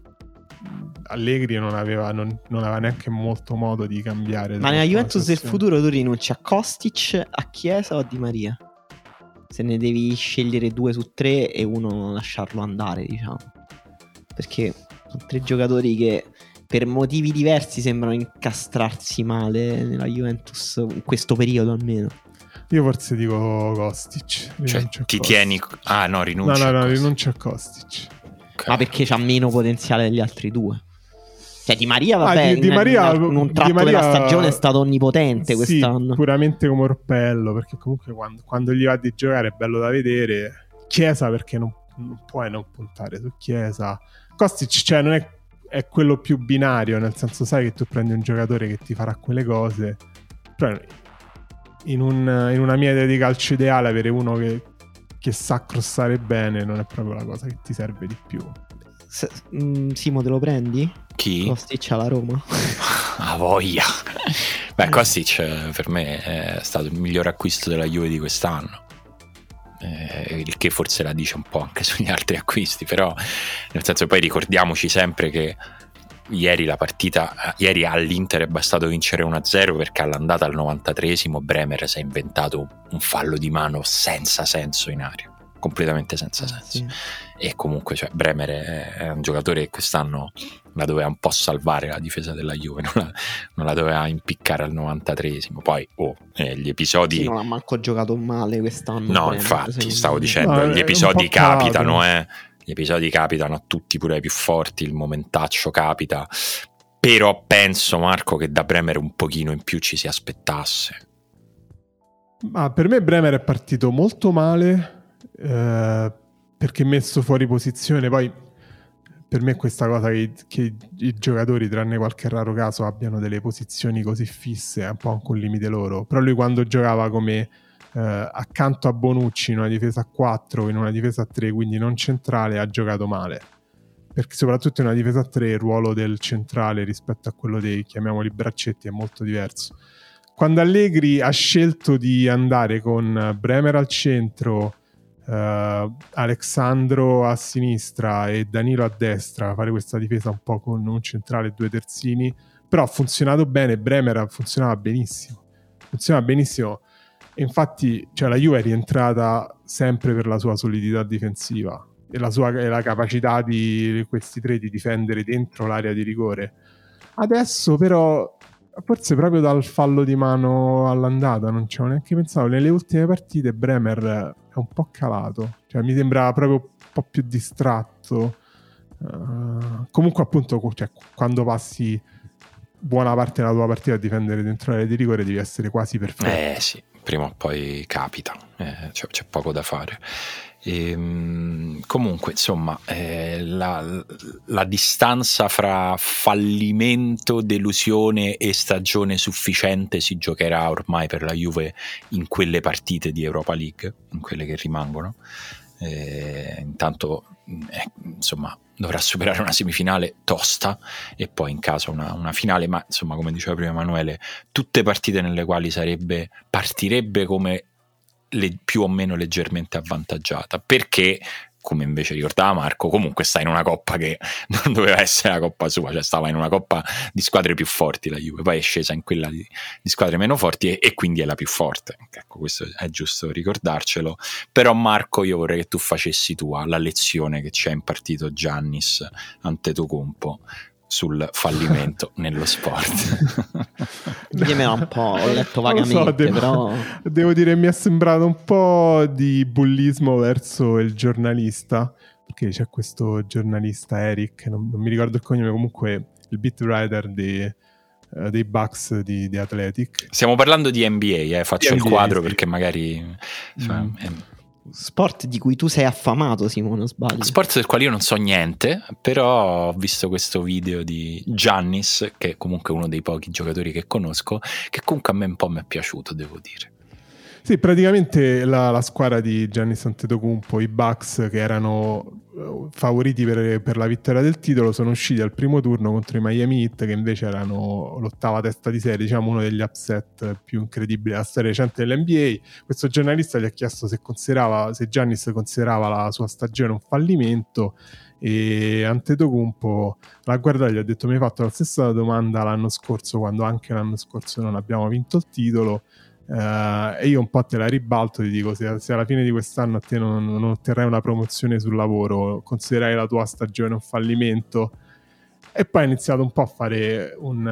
Allegri non aveva, non, non aveva neanche molto modo di cambiare.
Ma nella Juventus del futuro tu rinunci a Kostic, a Chiesa o a Di Maria? Se ne devi scegliere due su tre e uno lasciarlo andare, diciamo. Perché sono tre giocatori che per motivi diversi sembrano incastrarsi male nella Juventus in questo periodo almeno.
Io forse dico Kostic.
Cioè ti Kostic. Tieni... Ah no, rinuncio
No, no, no,
a
rinuncio a Kostic.
Okay. Ma perché c'ha meno potenziale degli altri due? Cioè Di Maria, vabbè,
ah, di, di Maria,
in un tratto
di Maria,
della stagione è stato onnipotente
sì,
quest'anno.
Puramente come orpello, perché comunque quando, quando gli va di giocare è bello da vedere. Chiesa perché non, non puoi non puntare su Chiesa. Kostic, cioè non è, è quello più binario, nel senso sai che tu prendi un giocatore che ti farà quelle cose, però in, un, in una mia idea di calcio ideale avere uno che, che sa crossare bene non è proprio la cosa che ti serve di più.
S- mm, Simo, te lo prendi?
Chi?
Kostic alla Roma.
Ah, voglia. Beh, Kostic per me è stato il miglior acquisto della Juve di quest'anno, eh, il che forse la dice un po' anche sugli altri acquisti, però nel senso, poi ricordiamoci sempre che ieri la partita, ieri all'Inter è bastato vincere uno a zero perché all'andata al novantatreesimo Bremer si è inventato un fallo di mano senza senso in aria, completamente senza
ah,
senso,
sì.
E comunque cioè, Bremer è, è un giocatore che quest'anno la doveva un po' salvare la difesa della Juve, non la, non la doveva impiccare al novantatreesimo. Poi oh, eh, gli episodi
sì, non ha manco giocato male quest'anno.
No,
Bremer,
infatti stavo
me.
dicendo
no,
gli episodi capitano eh Gli episodi capitano a tutti, pure ai più forti, il momentaccio capita, però penso, Marco, che da Bremer un pochino in più ci si aspettasse.
Ma per me Bremer è partito molto male, eh, perché messo fuori posizione. Poi per me questa cosa che, che i giocatori, tranne qualche raro caso, abbiano delle posizioni così fisse è un po' anche un limite loro. Però lui quando giocava come Uh, accanto a Bonucci in una difesa a quattro, in una difesa a tre, quindi non centrale, ha giocato male, perché soprattutto in una difesa a tre il ruolo del centrale rispetto a quello dei, chiamiamoli, braccetti è molto diverso. Quando Allegri ha scelto di andare con Bremer al centro, uh, Alexandro a sinistra e Danilo a destra, fare questa difesa un po' con un centrale e due terzini, però ha funzionato bene. Bremer funzionava benissimo funzionava benissimo infatti, cioè, la Juve è rientrata sempre per la sua solidità difensiva e la sua e la capacità di questi tre di difendere dentro l'area di rigore. Adesso però, forse proprio dal fallo di mano all'andata, non ci avevo neanche pensato, nelle ultime partite Bremer è un po' calato, cioè mi sembra proprio un po' più distratto. Uh, comunque appunto, cioè, quando passi buona parte della tua partita a difendere dentro l'area di rigore devi essere quasi perfetto.
Eh sì, prima o poi capita, eh, c'è, c'è poco da fare. E, comunque insomma eh, la, la distanza fra fallimento, delusione e stagione sufficiente si giocherà ormai per la Juve in quelle partite di Europa League, in quelle che rimangono. Eh, intanto eh, insomma dovrà superare una semifinale tosta e poi in caso una, una finale, ma insomma come diceva prima Emanuele, tutte partite nelle quali sarebbe partirebbe come le, più o meno leggermente avvantaggiata, perché come invece ricordava Marco comunque sta in una coppa che non doveva essere la coppa sua, cioè stava in una coppa di squadre più forti la Juve, poi è scesa in quella di, di squadre meno forti e, e quindi è la più forte, ecco, questo è giusto ricordarcelo. Però Marco, io vorrei che tu facessi tua la lezione che ci ha impartito Giannis Antetokounmpo sul fallimento nello sport.
Dimmela un po', ho letto vagamente,
so, devo,
però
devo dire mi è sembrato un po' di bullismo verso il giornalista, perché c'è questo giornalista Eric, non, non mi ricordo il cognome, comunque il beat writer di, uh, dei Bucks di, di Athletic.
Stiamo parlando di N B A, eh, faccio
N B A,
il quadro
sì.
Perché magari cioè,
mm.
è...
sport di cui tu sei affamato, Simone, o sbaglio?
Sport del quale io non so niente, però ho visto questo video di Giannis, che è comunque uno dei pochi giocatori che conosco, che comunque a me un po' mi è piaciuto, devo dire.
Sì, praticamente la, la squadra di Giannis Antetokounmpo, i Bucks, che erano favoriti per, per la vittoria del titolo, sono usciti al primo turno contro i Miami Heat, che invece erano l'ottava testa di serie, diciamo uno degli upset più incredibili della storia recente dell'N B A. Questo giornalista gli ha chiesto se considerava, se Giannis considerava la sua stagione un fallimento, e Antetokounmpo l'ha guardato e gli ha detto: mi hai fatto la stessa domanda l'anno scorso, quando anche l'anno scorso non abbiamo vinto il titolo. Uh, e io un po' te la ribalto, ti dico: se, se alla fine di quest'anno a te non, non otterrai una promozione sul lavoro, considererai la tua stagione un fallimento? E poi ha iniziato un po' a fare un,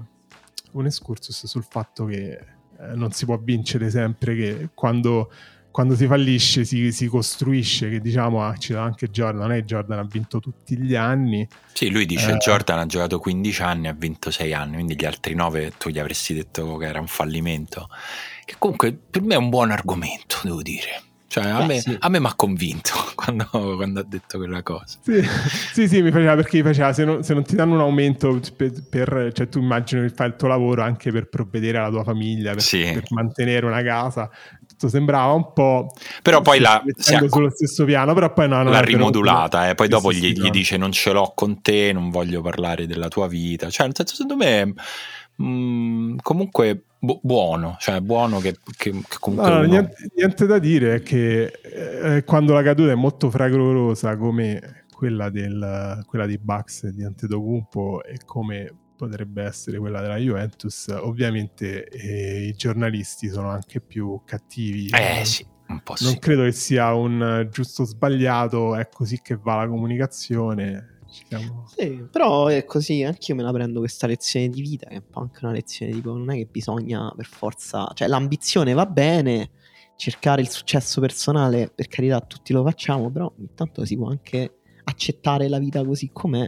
uh, un excursus sul fatto che eh, non si può vincere sempre, che quando, quando si fallisce si, si costruisce, che diciamo ah, ci dà anche Jordan, eh, Jordan ha vinto tutti gli anni.
Sì, lui dice
eh,
Jordan ha giocato quindici anni, ha vinto sei anni, quindi gli altri nove tu gli avresti detto che era un fallimento, che comunque per me è un buon argomento, devo dire. Cioè a,
Beh,
me,
sì.
a me mi ha convinto quando, quando ha detto quella cosa.
Sì, sì, sì, mi faceva, perché mi faceva, se non, se non ti danno un aumento per, per, cioè tu immagini che fai il tuo lavoro anche per provvedere alla tua famiglia, per,
Sì.
per mantenere una casa, tutto sembrava un po',
però poi la
si acc- sullo stesso piano, però poi no, no,
l'ha
è
rimodulata,
vero,
eh. Poi
sì,
dopo
sì,
gli,
sì,
gli
no.
dice non ce l'ho con te, non voglio parlare della tua vita, cioè nel senso, secondo me mh, comunque bu- buono, cioè buono che, che, che comunque
no, no,
uno...
niente, niente da dire, è che eh, quando la caduta è molto fragorosa come quella, del, quella dei Bucks di Antetokounmpo e come potrebbe essere quella della Juventus, ovviamente eh, i giornalisti sono anche più cattivi.
Eh sì, un po'
Non
sì.
credo che sia un giusto o sbagliato, è così che va la comunicazione. Ci siamo...
Sì, però è così, anch'io me la prendo questa lezione di vita, che è un po' anche una lezione tipo, non è che bisogna per forza, cioè l'ambizione va bene, cercare il successo personale, per carità, tutti lo facciamo, però ogni tanto si può anche accettare la vita così com'è.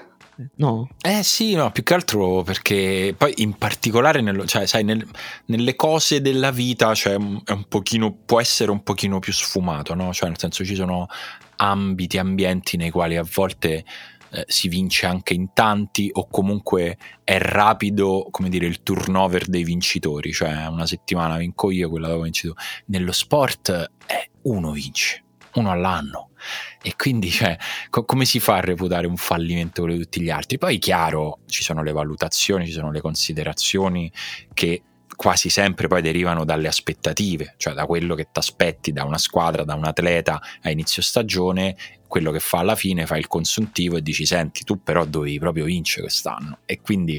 No?
Eh sì, no, più che altro perché poi in particolare nello, cioè, sai, nel, nelle cose della vita, cioè, è un pochino, può essere un pochino più sfumato, no? Cioè nel senso ci sono ambiti, ambienti nei quali a volte eh, si vince anche in tanti, o comunque è rapido, come dire, il turnover dei vincitori, cioè una settimana vinco io, quella dopo vinci tu. Nello sport eh, uno vince, uno all'anno. E quindi cioè, co- come si fa a reputare un fallimento quello di tutti gli altri? Poi chiaro, ci sono le valutazioni, ci sono le considerazioni che quasi sempre poi derivano dalle aspettative, cioè da quello che ti aspetti da una squadra, da un atleta a inizio stagione, quello che fa alla fine, fai il consuntivo e dici senti, tu però dovevi proprio vincere quest'anno, e quindi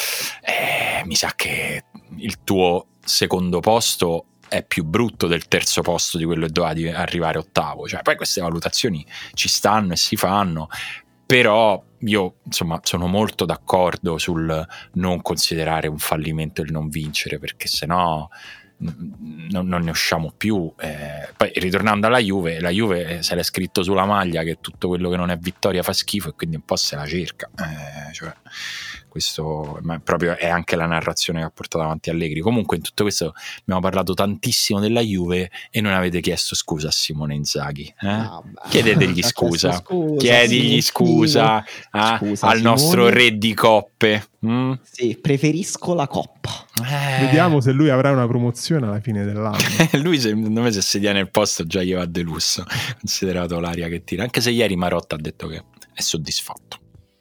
eh, mi sa che il tuo secondo posto è più brutto del terzo posto di quello che doveva arrivare ottavo. Cioè poi queste valutazioni ci stanno e si fanno, però io insomma sono molto d'accordo sul non considerare un fallimento il non vincere, perché sennò n- non, non ne usciamo più. Eh, poi ritornando alla Juve, la Juve se l'è scritto sulla maglia che tutto quello che non è vittoria fa schifo, e quindi un po' se la cerca, eh, cioè questo ma proprio è anche la narrazione che ha portato avanti Allegri. Comunque in tutto questo abbiamo parlato tantissimo della Juve e non avete chiesto scusa a Simone Inzaghi, eh?
Ah,
Chiedetegli scusa,
scusa
chiedigli scusa, a,
scusa
al
Simone.
nostro re di coppe. Mm?
Sì, preferisco la coppa.
Eh.
Vediamo se lui avrà una promozione alla fine dell'anno.
Lui secondo me se si tiene il posto già gli va delusso, considerato l'aria che tira, anche se ieri Marotta ha detto che è soddisfatto.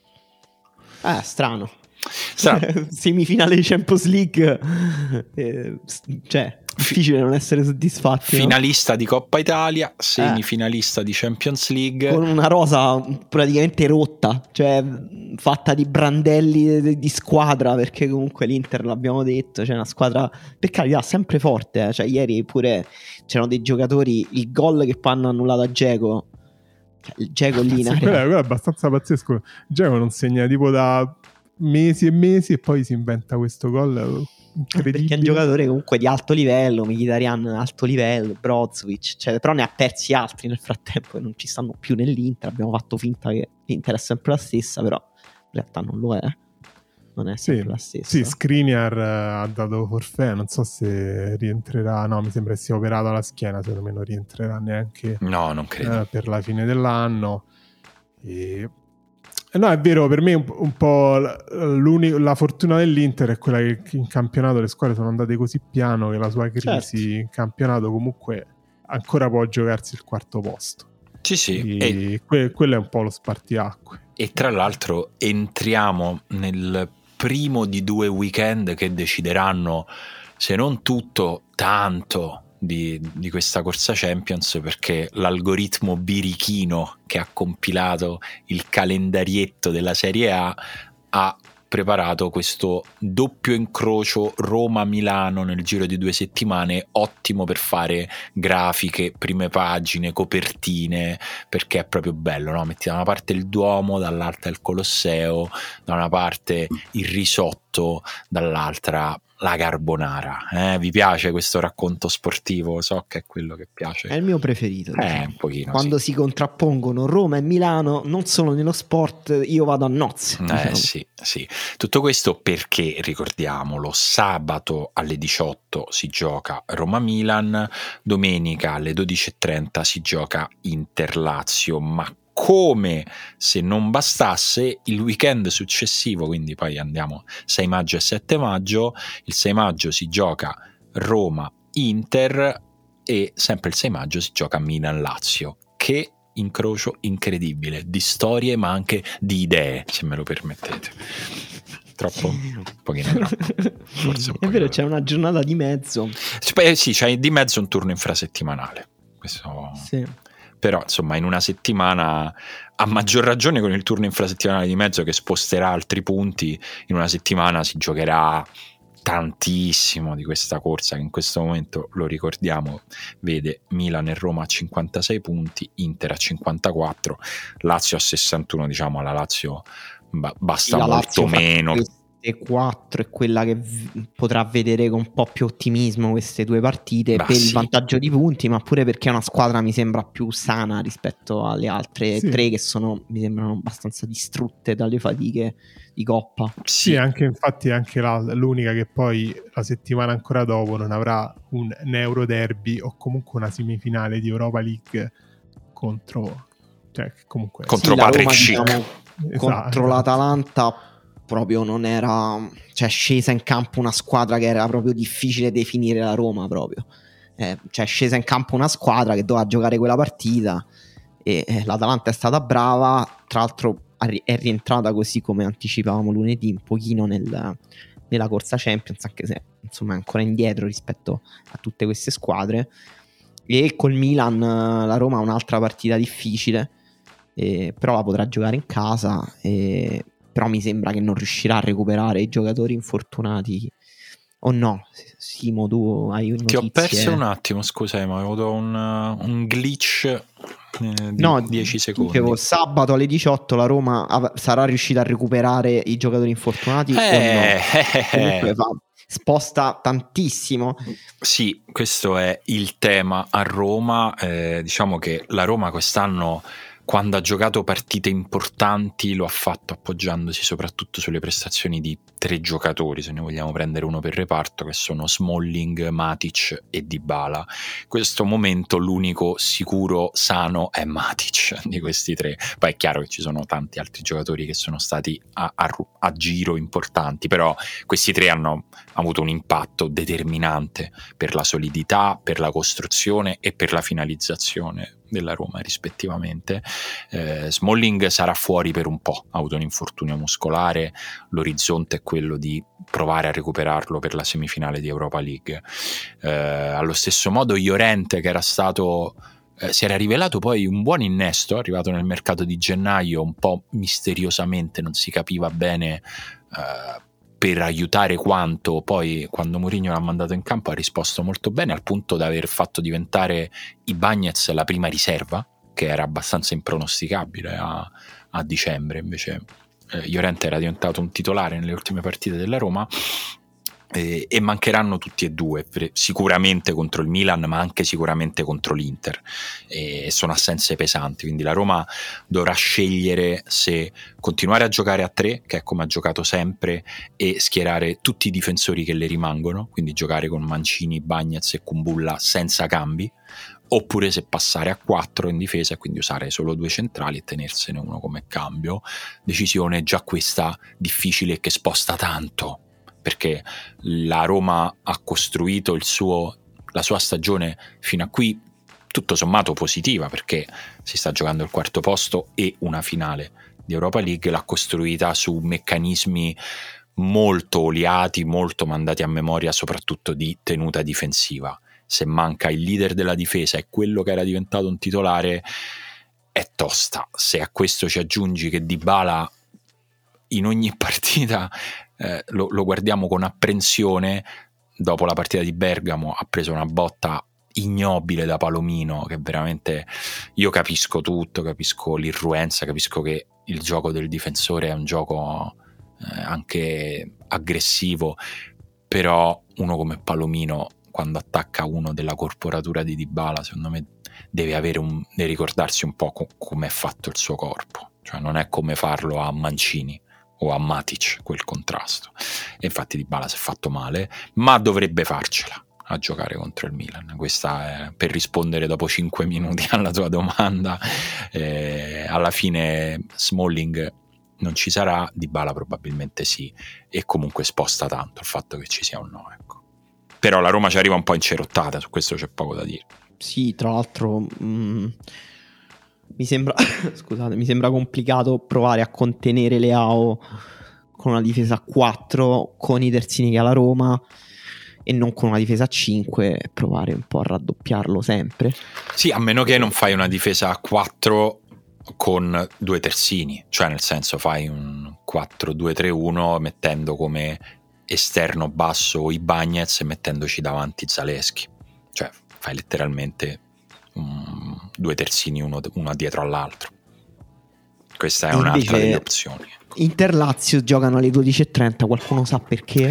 Ah, strano.
Strano.
Semifinale di Champions League, eh, cioè difficile non essere soddisfatti.
Finalista no? di Coppa Italia, semifinalista eh. di Champions League,
con una rosa praticamente rotta, cioè fatta di brandelli di, di squadra, perché comunque l'Inter, l'abbiamo detto, c'è cioè una squadra per carità sempre forte, eh. Cioè ieri pure c'erano dei giocatori, il gol che poi hanno annullato a Dzeko, cioè, il Dzeko lì in area,
quello, quello è abbastanza pazzesco. Dzeko non segna tipo da mesi e mesi e poi si inventa questo gol incredibile,
perché è un giocatore comunque di alto livello, Mkhitaryan alto livello, Brozovic, cioè, però ne ha persi altri nel frattempo e non ci stanno più nell'Inter. Abbiamo fatto finta che l'Inter è sempre la stessa, però in realtà non lo è, non è sempre
sì,
la stessa.
sì, Skriniar ha dato forfè, non so se rientrerà, no, mi sembra che sia operato alla schiena, secondo me non rientrerà neanche
no, non credo.
Eh, per la fine dell'anno. E no, è vero, per me un, un po' la fortuna dell'Inter è quella che in campionato le squadre sono andate così piano che la sua crisi certo. in campionato comunque ancora può giocarsi il quarto posto.
Sì, sì.
E que- quello è un po' lo spartiacque.
E tra l'altro entriamo nel primo di due weekend che decideranno, se non tutto, tanto Di, di questa corsa Champions, perché l'algoritmo birichino che ha compilato il calendarietto della Serie A ha preparato questo doppio incrocio Roma-Milano nel giro di due settimane, ottimo per fare grafiche, prime pagine, copertine, perché è proprio bello, no? Metti da una parte il Duomo, dall'altra il Colosseo, da una parte il risotto, dall'altra la carbonara. Eh? Vi piace questo racconto sportivo? So che è quello che piace.
È il mio preferito.
Eh,
diciamo.
un pochino,
quando
sì.
si contrappongono Roma e Milano, non solo nello sport, io vado a nozze.
Eh
diciamo.
sì, sì. Tutto questo perché, ricordiamolo, sabato alle diciotto si gioca Roma-Milan, domenica alle dodici e trenta si gioca Inter-Lazio, ma come se non bastasse, il weekend successivo, quindi poi andiamo sei maggio e sette maggio, il sei maggio si gioca Roma-Inter e sempre il sei maggio si gioca Milan-Lazio. Che incrocio incredibile di storie ma anche di idee, se me lo permettete. Troppo? Un pochino troppo. Forse un
è vero,
troppo.
C'è una giornata di mezzo.
Beh, sì, c'è di mezzo un turno infrasettimanale. Questo...
Sì.
Però insomma in una settimana, a maggior ragione con il turno infrasettimanale di mezzo che sposterà altri punti, in una settimana si giocherà tantissimo di questa corsa che in questo momento, lo ricordiamo, vede Milan e Roma a cinquantasei punti, Inter a cinquantaquattro, Lazio a sessantuno. Diciamo alla Lazio basta
la
molto
Lazio
meno.
quattro è quella che v- potrà vedere con un po' più ottimismo queste due partite,
bah,
per
sì.
il vantaggio di punti, ma pure perché è una squadra mi sembra più sana rispetto alle altre
sì.
tre che sono, mi sembrano abbastanza distrutte dalle fatiche di Coppa.
Sì, sì, anche infatti anche la, l'unica che poi la settimana ancora dopo non avrà un, un Euro Derby o comunque una semifinale di Europa League contro, cioè comunque
contro
sì,
Patrick
Roma,
Schick,
diciamo,
esatto,
contro
esatto.
l'Atalanta proprio non era, cioè scesa in campo una squadra che era proprio difficile definire la Roma proprio, eh, cioè scesa in campo una squadra che doveva giocare quella partita e eh, l'Atalanta è stata brava, tra l'altro è rientrata, così come anticipavamo lunedì, un pochino nel, nella corsa Champions, anche se insomma è ancora indietro rispetto a tutte queste squadre. E col Milan la Roma ha un'altra partita difficile, eh, però la potrà giocare in casa, eh, però mi sembra che non riuscirà a recuperare i giocatori infortunati. O no? Simo, tu hai notizie?
Ti ho perso un attimo, scusami, ma ho avuto un, un glitch eh, di
no,
dieci secondi.
Dicevo, sabato alle diciotto la Roma av- sarà riuscita a recuperare i giocatori infortunati
eh,
o no?
Eh,
Comunque va, sposta tantissimo.
Sì, questo è il tema a Roma. Eh, diciamo che la Roma quest'anno quando ha giocato partite importanti lo ha fatto appoggiandosi soprattutto sulle prestazioni di tre giocatori, se ne vogliamo prendere uno per reparto, che sono Smalling, Matic e Dybala. In questo momento l'unico sicuro sano è Matic di questi tre. Poi è chiaro che ci sono tanti altri giocatori che sono stati a, a, a giro importanti, però questi tre hanno avuto un impatto determinante per la solidità, per la costruzione e per la finalizzazione della Roma rispettivamente. eh, Smalling sarà fuori per un po', ha avuto un infortunio muscolare, l'orizzonte è quello di provare a recuperarlo per la semifinale di Europa League. Eh, allo stesso modo Llorente, che era stato eh, si era rivelato poi un buon innesto, arrivato nel mercato di gennaio un po' misteriosamente, non si capiva bene eh, per aiutare quanto, poi quando Mourinho l'ha mandato in campo ha risposto molto bene, al punto da aver fatto diventare Ibañez la prima riserva, che era abbastanza impronosticabile a, a dicembre. Invece eh, Llorente era diventato un titolare nelle ultime partite della Roma. E, e mancheranno tutti e due, sicuramente contro il Milan, ma anche sicuramente contro l'Inter, e sono assenze pesanti, quindi la Roma dovrà scegliere se continuare a giocare a tre, che è come ha giocato sempre, e schierare tutti i difensori che le rimangono, quindi giocare con Mancini, Bagnez e Kumbulla senza cambi, oppure se passare a quattro in difesa e quindi usare solo due centrali e tenersene uno come cambio. Decisione già questa difficile, che sposta tanto, perché la Roma ha costruito il suo, la sua stagione fino a qui tutto sommato positiva, perché si sta giocando il quarto posto e una finale di Europa League, l'ha costruita su meccanismi molto oliati, molto mandati a memoria, soprattutto di tenuta difensiva. Se manca il leader della difesa e quello che era diventato un titolare, è tosta. Se a questo ci aggiungi che Dybala in ogni partita eh, lo, lo guardiamo con apprensione, dopo la partita di Bergamo ha preso una botta ignobile da Palomino, che veramente, io capisco tutto, capisco l'irruenza, capisco che il gioco del difensore è un gioco eh, anche aggressivo, però uno come Palomino, quando attacca uno della corporatura di Dybala, secondo me deve avere un, deve ricordarsi un po' co- come è fatto il suo corpo, cioè non è come farlo a Mancini o a Matic, quel contrasto. E infatti Dybala si è fatto male, ma dovrebbe farcela a giocare contro il Milan. Questa è per rispondere dopo cinque minuti alla tua domanda. Eh, alla fine Smalling non ci sarà, Dybala probabilmente sì, e comunque sposta tanto il fatto che ci sia un no, ecco. Però la Roma ci arriva un po' incerottata, su questo c'è poco da dire.
Sì, tra l'altro mh, mi sembra scusate, mi sembra complicato provare a contenere Leao con una difesa a quattro con i terzini che ha la Roma e non con una difesa a cinque, e provare un po' a raddoppiarlo sempre.
Sì, a meno che non fai una difesa a quattro con due terzini, cioè nel senso fai un quattro due tre uno mettendo come esterno basso Ibañez e mettendoci davanti Zalewski, cioè fai letteralmente um, due terzini uno, uno dietro all'altro. Questa è un'altra delle opzioni.
Inter-Lazio giocano alle dodici e trenta, qualcuno sa perché?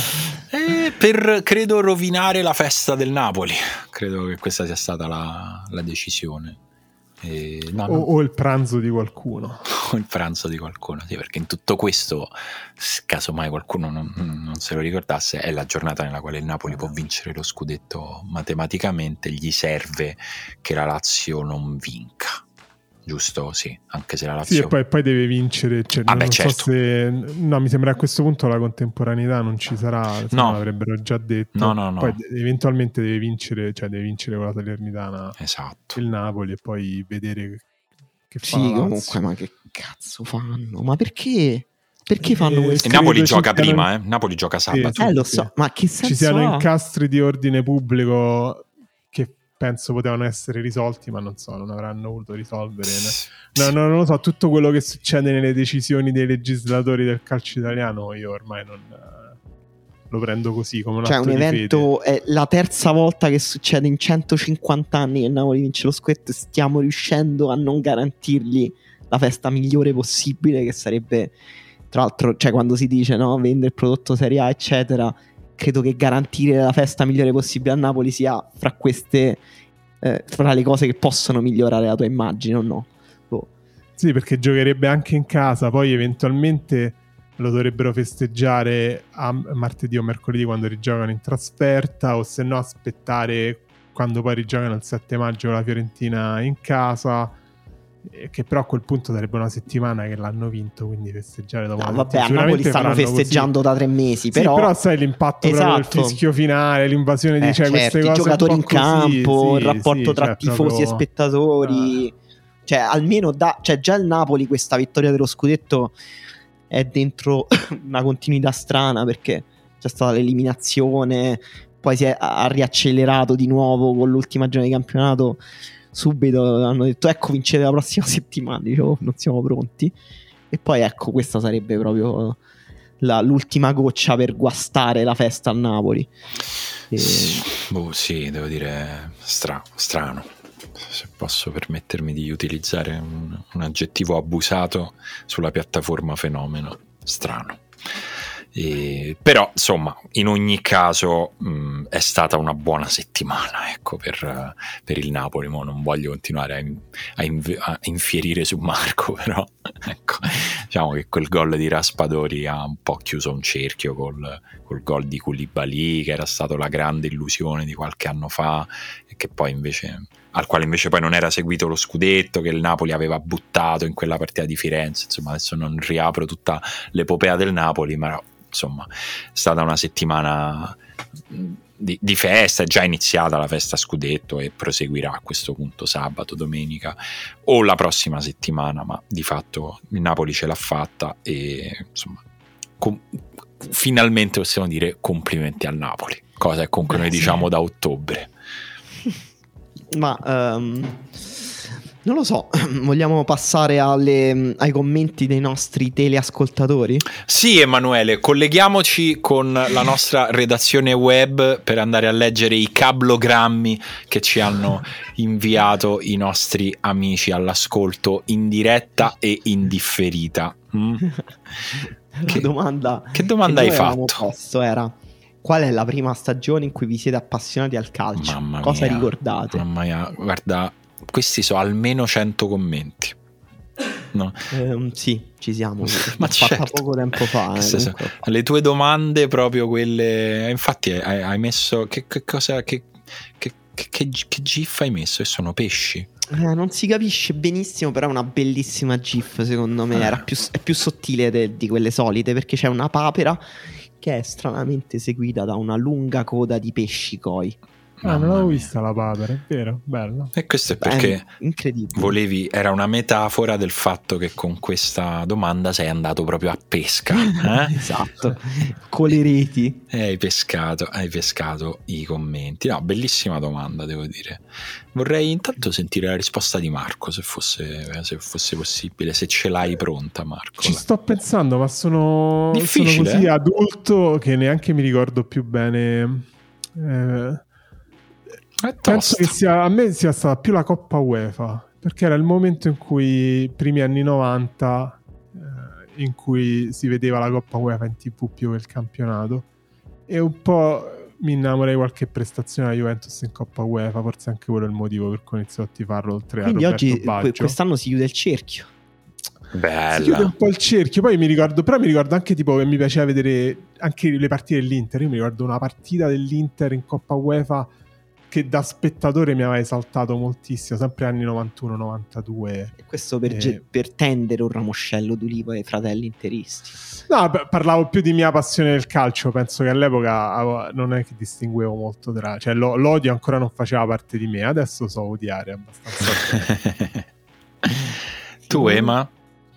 Eh, per credo rovinare la festa del Napoli, credo che questa sia stata la, la decisione. Eh, no,
o,
no.
o il pranzo di qualcuno
o il pranzo di qualcuno, sì, perché in tutto questo, casomai qualcuno non, non se lo ricordasse, è la giornata nella quale il Napoli può vincere lo scudetto matematicamente, gli serve che la Lazio non vinca, giusto? Sì, anche se la Lazio...
Sì, e poi, poi deve vincere, cioè,
ah,
non
beh,
so
certo.
se... No, mi sembra a questo punto la contemporaneità non ci sarà, se
no,
l'avrebbero già detto.
No, no, no.
Poi eventualmente deve vincere, cioè deve vincere con la Salernitana,
esatto,
il Napoli, e poi vedere che fa
sì,
la Lazio.
comunque, ma che cazzo fanno? Ma perché? Perché fanno
Eh,
questo?
E Napoli gioca
siano...
prima, eh? Napoli gioca sabato.
Sì,
eh, lo
sì.
so, ma che senso
ci siano
ha?
incastri di ordine pubblico che penso potevano essere risolti, ma non so, non avranno voluto risolvere. No, no, non lo so, tutto quello che succede nelle decisioni dei legislatori del calcio italiano io ormai non lo prendo così, come un
cioè
atto
un
di
evento,
fede.
è la terza volta che succede in centocinquanta anni che Napoli vince lo scudetto e stiamo riuscendo a non garantirgli la festa migliore possibile, che sarebbe, tra l'altro, cioè quando si dice no, vendere il prodotto Serie A eccetera, credo che garantire la festa migliore possibile a Napoli sia fra queste eh, fra le cose che possono migliorare la tua immagine, o no? Oh.
Sì, perché giocherebbe anche in casa, poi eventualmente lo dovrebbero festeggiare a martedì o mercoledì quando rigiocano in trasferta, o se no aspettare quando poi rigiocano il sette maggio con la Fiorentina in casa, che però a quel punto sarebbe una settimana che l'hanno vinto, quindi festeggiare dopo.
No, vabbè, a Napoli stanno festeggiando così da tre mesi, però,
sì, però sai l'impatto, esatto, proprio del fischio finale, l'invasione di
eh,
cioè,
certo,
queste
i
cose
giocatori in campo,
così,
il rapporto
sì,
tra
cioè,
tifosi
proprio...
e spettatori, ah. Cioè almeno da, cioè già il Napoli questa vittoria dello scudetto è dentro una continuità strana, perché c'è stata l'eliminazione, poi si è ha riaccelerato di nuovo con l'ultima giornata di campionato. Subito hanno detto ecco, vincete la prossima settimana, dicevo, non siamo pronti, e poi ecco, questa sarebbe proprio la, l'ultima goccia per guastare la festa a Napoli. E...
boh, sì, devo dire stra- strano, se posso permettermi di utilizzare un, un aggettivo abusato sulla piattaforma fenomeno, strano. E, però insomma, in ogni caso mh, è stata una buona settimana, ecco, per, per il Napoli. Mo non voglio continuare a, in, a, inv- a infierire su Marco, però ecco, diciamo che quel gol di Raspadori ha un po' chiuso un cerchio col, col gol di Koulibaly, che era stato la grande illusione di qualche anno fa e che poi invece al quale invece poi non era seguito lo scudetto, che il Napoli aveva buttato in quella partita di Firenze. Insomma, adesso non riapro tutta l'epopea del Napoli, ma insomma è stata una settimana di, di festa. È già iniziata la festa scudetto e proseguirà a questo punto sabato, domenica o la prossima settimana, ma di fatto il Napoli ce l'ha fatta e insomma com- finalmente possiamo dire complimenti al Napoli, cosa che comunque Beh, noi sì. diciamo da ottobre.
Ma um, non lo so, vogliamo passare alle, ai commenti dei nostri teleascoltatori?
Sì, Emanuele, colleghiamoci con la nostra redazione web per andare a leggere i cablogrammi che ci hanno inviato i nostri amici all'ascolto in diretta e in differita. Mm?
Che domanda,
che domanda
che
hai fatto?
Posto era: qual è la prima stagione in cui vi siete appassionati al calcio?
Mamma
Cosa
mia,
ricordate?
Mamma mia, guarda, questi sono almeno cento commenti. No.
Eh, sì, ci siamo.
Ma
l'ho fatta
certo.
poco tempo fa. Eh,
so, le tue domande, proprio quelle. Infatti, hai, hai messo. Che, che cosa. Che, che, che, che gif hai messo? E sono pesci.
Eh, non si capisce benissimo, però è una bellissima gif. Secondo me, ah. Era più, è più sottile de, di quelle solite, perché c'è una papera che è stranamente seguita da una lunga coda di pesci koi.
Ah, non l'avevo vista la papera, è vero, bello.
E questo è perché
è incredibile.
Volevi, era una metafora del fatto che con questa domanda sei andato proprio a pesca. Eh?
Esatto, con le reti.
E hai pescato, hai pescato i commenti. No, bellissima domanda, devo dire. Vorrei intanto sentire la risposta di Marco, se fosse, se fosse possibile, se ce l'hai pronta, Marco.
Ci sto pensando, ma sono,
Difficile,
sono così
eh?
adulto che neanche mi ricordo più bene. Eh, penso che sia, a me sia stata più la Coppa UEFA, perché era il momento in cui, primi anni novanta, eh, in cui si vedeva la Coppa UEFA in tivù più che il campionato, e un po' mi innamorai qualche prestazione alla Juventus in Coppa UEFA, forse anche quello è il motivo per cui ho iniziato a tifarlo, oltre
Quindi
a Roberto
oggi,
Baggio.
Quest'anno si chiude il cerchio.
Bella.
Si chiude un po' il cerchio. Poi mi ricordo, però mi ricordo anche tipo che mi piaceva vedere anche le partite dell'Inter. Io mi ricordo una partita dell'Inter in Coppa UEFA che da spettatore mi aveva esaltato moltissimo, sempre anni novantuno novantadue.
E questo per,
e...
ge- per tendere un ramoscello d'ulivo ai fratelli interisti.
No, beh, parlavo più di mia passione del calcio. Penso che all'epoca non è che distinguevo molto tra, cioè lo, l'odio ancora non faceva parte di me, adesso so odiare abbastanza.
Tu, Ema?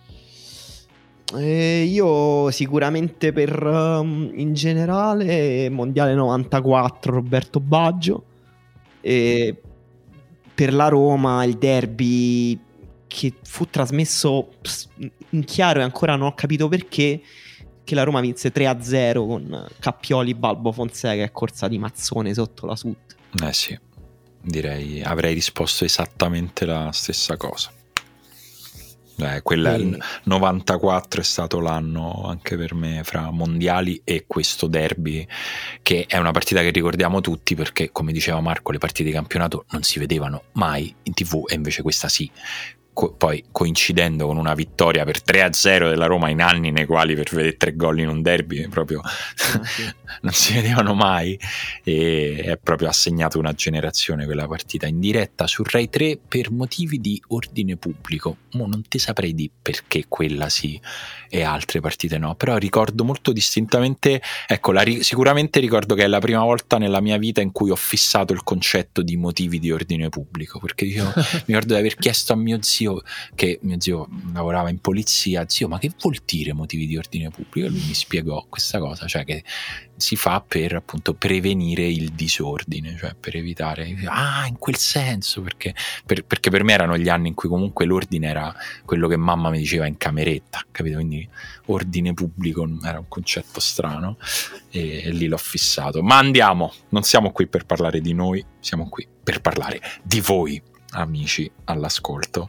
Eh, io sicuramente per um, in generale Mondiale novantaquattro Roberto Baggio, e per la Roma il derby che fu trasmesso in chiaro e ancora non ho capito perché, che la Roma vinse tre a zero con Cappioli, Balbo, Fonseca e corsa di Mazzone sotto la Sud.
Eh sì, direi avrei risposto esattamente la stessa cosa. Eh, quella
e...
novantaquattro è stato l'anno anche per me fra mondiali e questo derby, che è una partita che ricordiamo tutti perché, come diceva Marco, le partite di campionato non si vedevano mai in tivù e invece questa sì, co- poi coincidendo con una vittoria per tre a zero della Roma in anni nei quali per vedere tre gol in un derby proprio
Ah, sì.
non si vedevano mai, e è proprio assegnato una generazione quella partita in diretta su Rai tre per motivi di ordine pubblico. Mo non ti saprei di perché quella sì e altre partite no, però ricordo molto distintamente, ecco, la ri- sicuramente ricordo che è la prima volta nella mia vita in cui ho fissato il concetto di motivi di ordine pubblico, perché io mi ricordo di aver chiesto a mio zio, che mio zio lavorava in polizia, zio, ma che vuol dire motivi di ordine pubblico? E lui mi spiegò questa cosa, cioè che si fa per appunto prevenire il disordine, cioè per evitare, ah, in quel senso, perché per, perché per me erano gli anni in cui comunque l'ordine era quello che mamma mi diceva in cameretta, capito? Quindi ordine pubblico era un concetto strano, e, e lì l'ho fissato. Ma andiamo, non siamo qui per parlare di noi, siamo qui per parlare di voi, amici all'ascolto.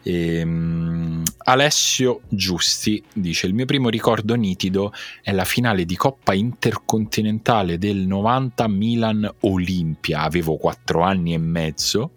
ehm, Alessio Giusti dice: il mio primo ricordo nitido è la finale di Coppa Intercontinentale del novanta Milan Olimpia, avevo quattro anni e mezzo.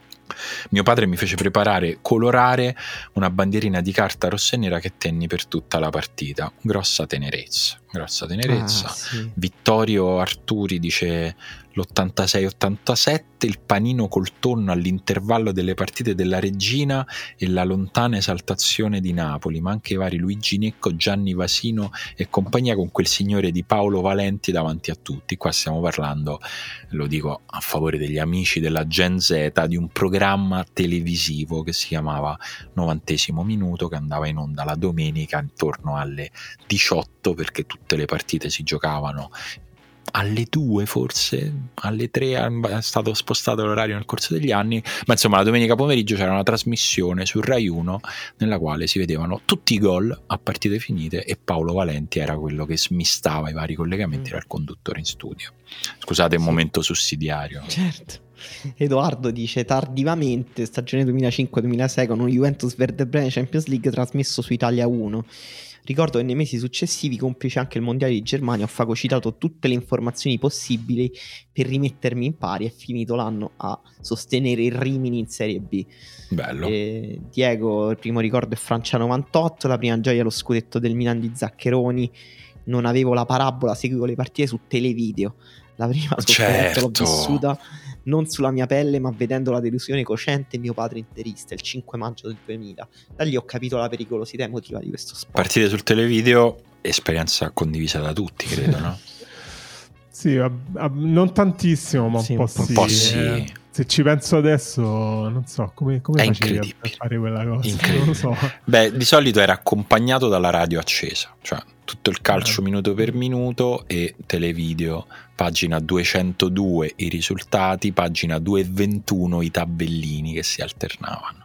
Mio padre mi fece preparare, colorare una bandierina di carta rossa e nera che tenni per tutta la partita. Grossa tenerezza, grossa tenerezza.
Ah, sì.
Vittorio Arturi dice l'ottantasei ottantasette, il panino col tonno all'intervallo delle partite della Regina e la lontana esaltazione di Napoli, ma anche i vari Luigi Necco, Gianni Vasino e compagnia, con quel signore di Paolo Valenti davanti a tutti. Qua stiamo parlando, lo dico a favore degli amici della Gen Z, di un programma televisivo che si chiamava Novantesimo Minuto, che andava in onda la domenica intorno alle diciotto, perché tutte le partite si giocavano alle due, forse alle tre, è stato spostato l'orario nel corso degli anni, ma insomma la domenica pomeriggio c'era una trasmissione su Rai uno nella quale si vedevano tutti i gol a partite finite e Paolo Valenti era quello che smistava i vari collegamenti, era il conduttore in studio. Scusate, un
Sì.
momento sussidiario.
Certo. Edoardo dice: tardivamente, stagione duemilacinque duemilasei, con un Juventus Verde Breme Champions League trasmesso su Italia uno. Ricordo che nei mesi successivi, complice anche il mondiale di Germania, ho fagocitato tutte le informazioni possibili per rimettermi in pari e finito l'anno a sostenere il Rimini in Serie B.
Bello.
E Diego, il primo ricordo è Francia novantotto, la prima gioia lo scudetto del Milan di Zaccheroni. Non avevo la parabola, seguivo le partite su televideo. La prima sofferenza l'ho
Certo.
vissuta non sulla mia pelle, ma vedendo la delusione cocente mio padre interista il cinque maggio del duemila. Da lì ho capito la pericolosità emotiva di questo sport.
Partite sul televideo, esperienza condivisa da tutti, credo, no?
Sì, a- a- non tantissimo, ma
Sì,
un po'
un po'
sì.
po' sì.
eh. Se ci penso adesso, non so, come, come
È
facevi a- a
incredibile.
fare quella cosa?
Incredibile.
Non lo so.
Beh, di solito era accompagnato dalla radio accesa, cioè tutto il calcio
Eh.
minuto per minuto e televideo, pagina duecentodue i risultati, pagina duecentoventuno i tabellini che si alternavano.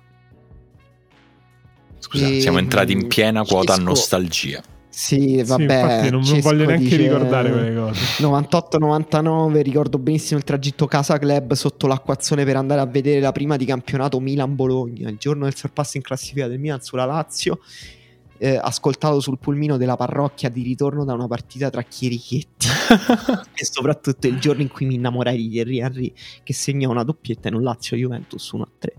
Scusa,
E,
siamo entrati in piena quota
Cesco-
nostalgia.
Sì,
Sì,
vabbè,
infatti non, non
Cesco
voglio neanche
dice
ricordare quelle cose.
novantotto novantanove, ricordo benissimo il tragitto Casa Club sotto l'acquazzone per andare a vedere la prima di campionato Milan-Bologna, il giorno del sorpasso in classifica del Milan sulla Lazio, eh, ascoltato sul pulmino della parrocchia di ritorno da una partita tra chierichetti e soprattutto il giorno in cui mi innamorai di Thierry Henry, che segnò una doppietta in un Lazio-Juventus uno a tre.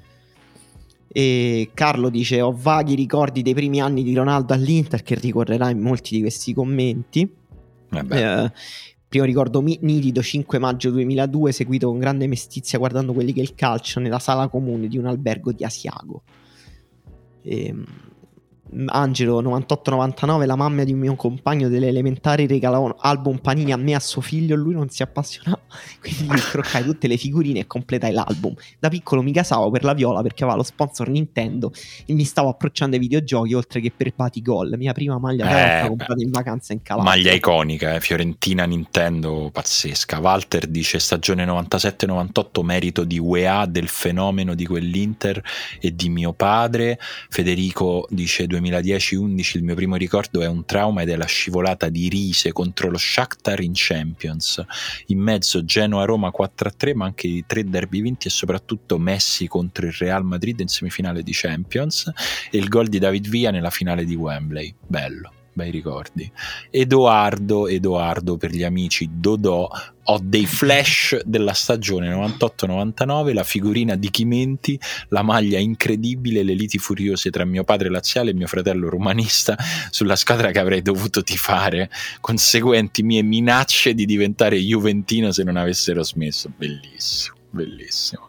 E Carlo dice: ho vaghi ricordi dei primi anni di Ronaldo all'Inter, che ricorrerà in molti di questi commenti.
Vabbè.
Eh, primo ricordo mi- nitido cinque maggio duemiladue, seguito con grande mestizia guardando quelli che è il calcio nella sala comune di un albergo di Asiago. Ehm, Angelo novantotto novantanove, la mamma di un mio compagno delle elementari regalò un album Panini a me e a suo figlio, lui non si appassionava, quindi gli croccai tutte le figurine e completai l'album. Da piccolo mi gasavo per la viola perché aveva lo sponsor Nintendo e mi stavo approcciando ai videogiochi oltre che per Batigol, mia prima maglia
Eh,
eh, comprata in vacanza in Calabria.
Maglia iconica, eh, Fiorentina Nintendo pazzesca. Walter dice stagione novantasette novantotto, merito di U E A, del fenomeno di quell'Inter e di mio padre. Federico dice duemiladieci undici, il mio primo ricordo è un trauma ed è la scivolata di Riise contro lo Shakhtar in Champions, in mezzo Genoa-Roma quattro a tre, ma anche i tre derby vinti e soprattutto Messi contro il Real Madrid in semifinale di Champions e il gol di David Villa nella finale di Wembley. Bello, bei ricordi. Edoardo, Edoardo per gli amici Dodò, ho dei flash della stagione novantotto novantanove, la figurina di Chimenti, la maglia incredibile, le liti furiose tra mio padre laziale e mio fratello romanista sulla squadra che avrei dovuto tifare, conseguenti mie minacce di diventare juventino se non avessero smesso. Bellissimo, bellissimo.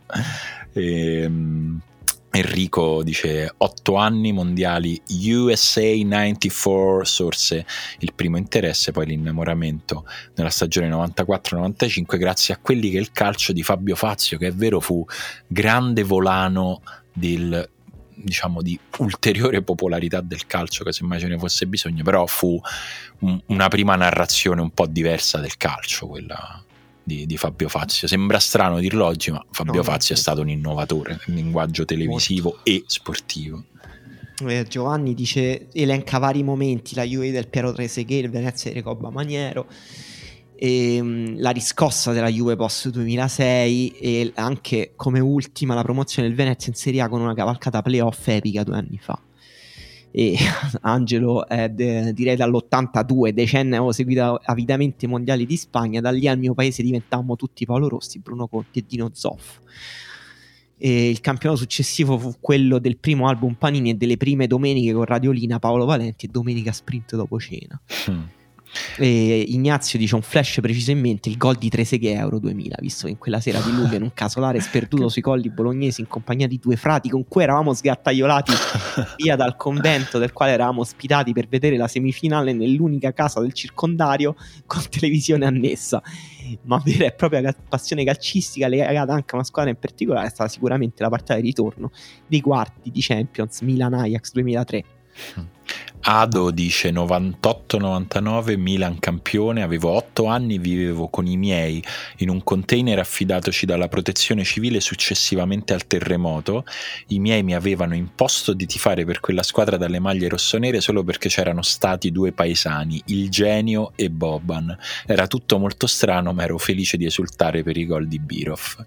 Ehm Enrico dice otto anni, mondiali U S A novantaquattro, sorse il primo interesse, poi l'innamoramento nella stagione novantaquattro novantacinque grazie a quelli che il calcio di Fabio Fazio, che è vero fu grande volano del, diciamo, di ulteriore popolarità del calcio, che semmai ce ne fosse bisogno, però fu un, una prima narrazione un po' diversa del calcio, quella Di, di Fabio Fazio. Sembra strano dirlo oggi, ma Fabio no, Fazio è stato un innovatore nel linguaggio televisivo molto. E sportivo.
eh, Giovanni dice, elenca vari momenti: la Juve del Piero Trezeguet, il Venezia di Recoba Maniero, e, um, la riscossa della Juve post duemilasei, e anche come ultima la promozione del Venezia in Serie A con una cavalcata playoff epica due anni fa. E Angelo, eh, de, direi dall'ottantadue, decennio avevo seguito avidamente i mondiali di Spagna, da lì al mio paese diventammo tutti Paolo Rossi, Bruno Conti e Dino Zoff. E il campionato successivo fu quello del primo album Panini e delle prime domeniche con Radiolina, Paolo Valenti e Domenica Sprint dopo cena. mm. E Ignazio dice un flash preciso in mente, il gol di Trezeguet Euro duemila, visto che in quella sera di luglio in un casolare sperduto sui colli bolognesi in compagnia di due frati con cui eravamo sgattaiolati via dal convento del quale eravamo ospitati per vedere la semifinale nell'unica casa del circondario con televisione annessa, ma vera e propria passione calcistica legata anche a una squadra in particolare è stata sicuramente la partita di ritorno dei quarti di Champions Milan-Ajax duemilatré.
Ado dice novantotto novantanove, Milan campione, avevo otto anni, vivevo con i miei in un container affidatoci dalla protezione civile successivamente al terremoto. I miei mi avevano imposto di tifare per quella squadra dalle maglie rossonere solo perché c'erano stati due paesani, il Genio e Boban. Era tutto molto strano, ma ero felice di esultare per i gol di Birov.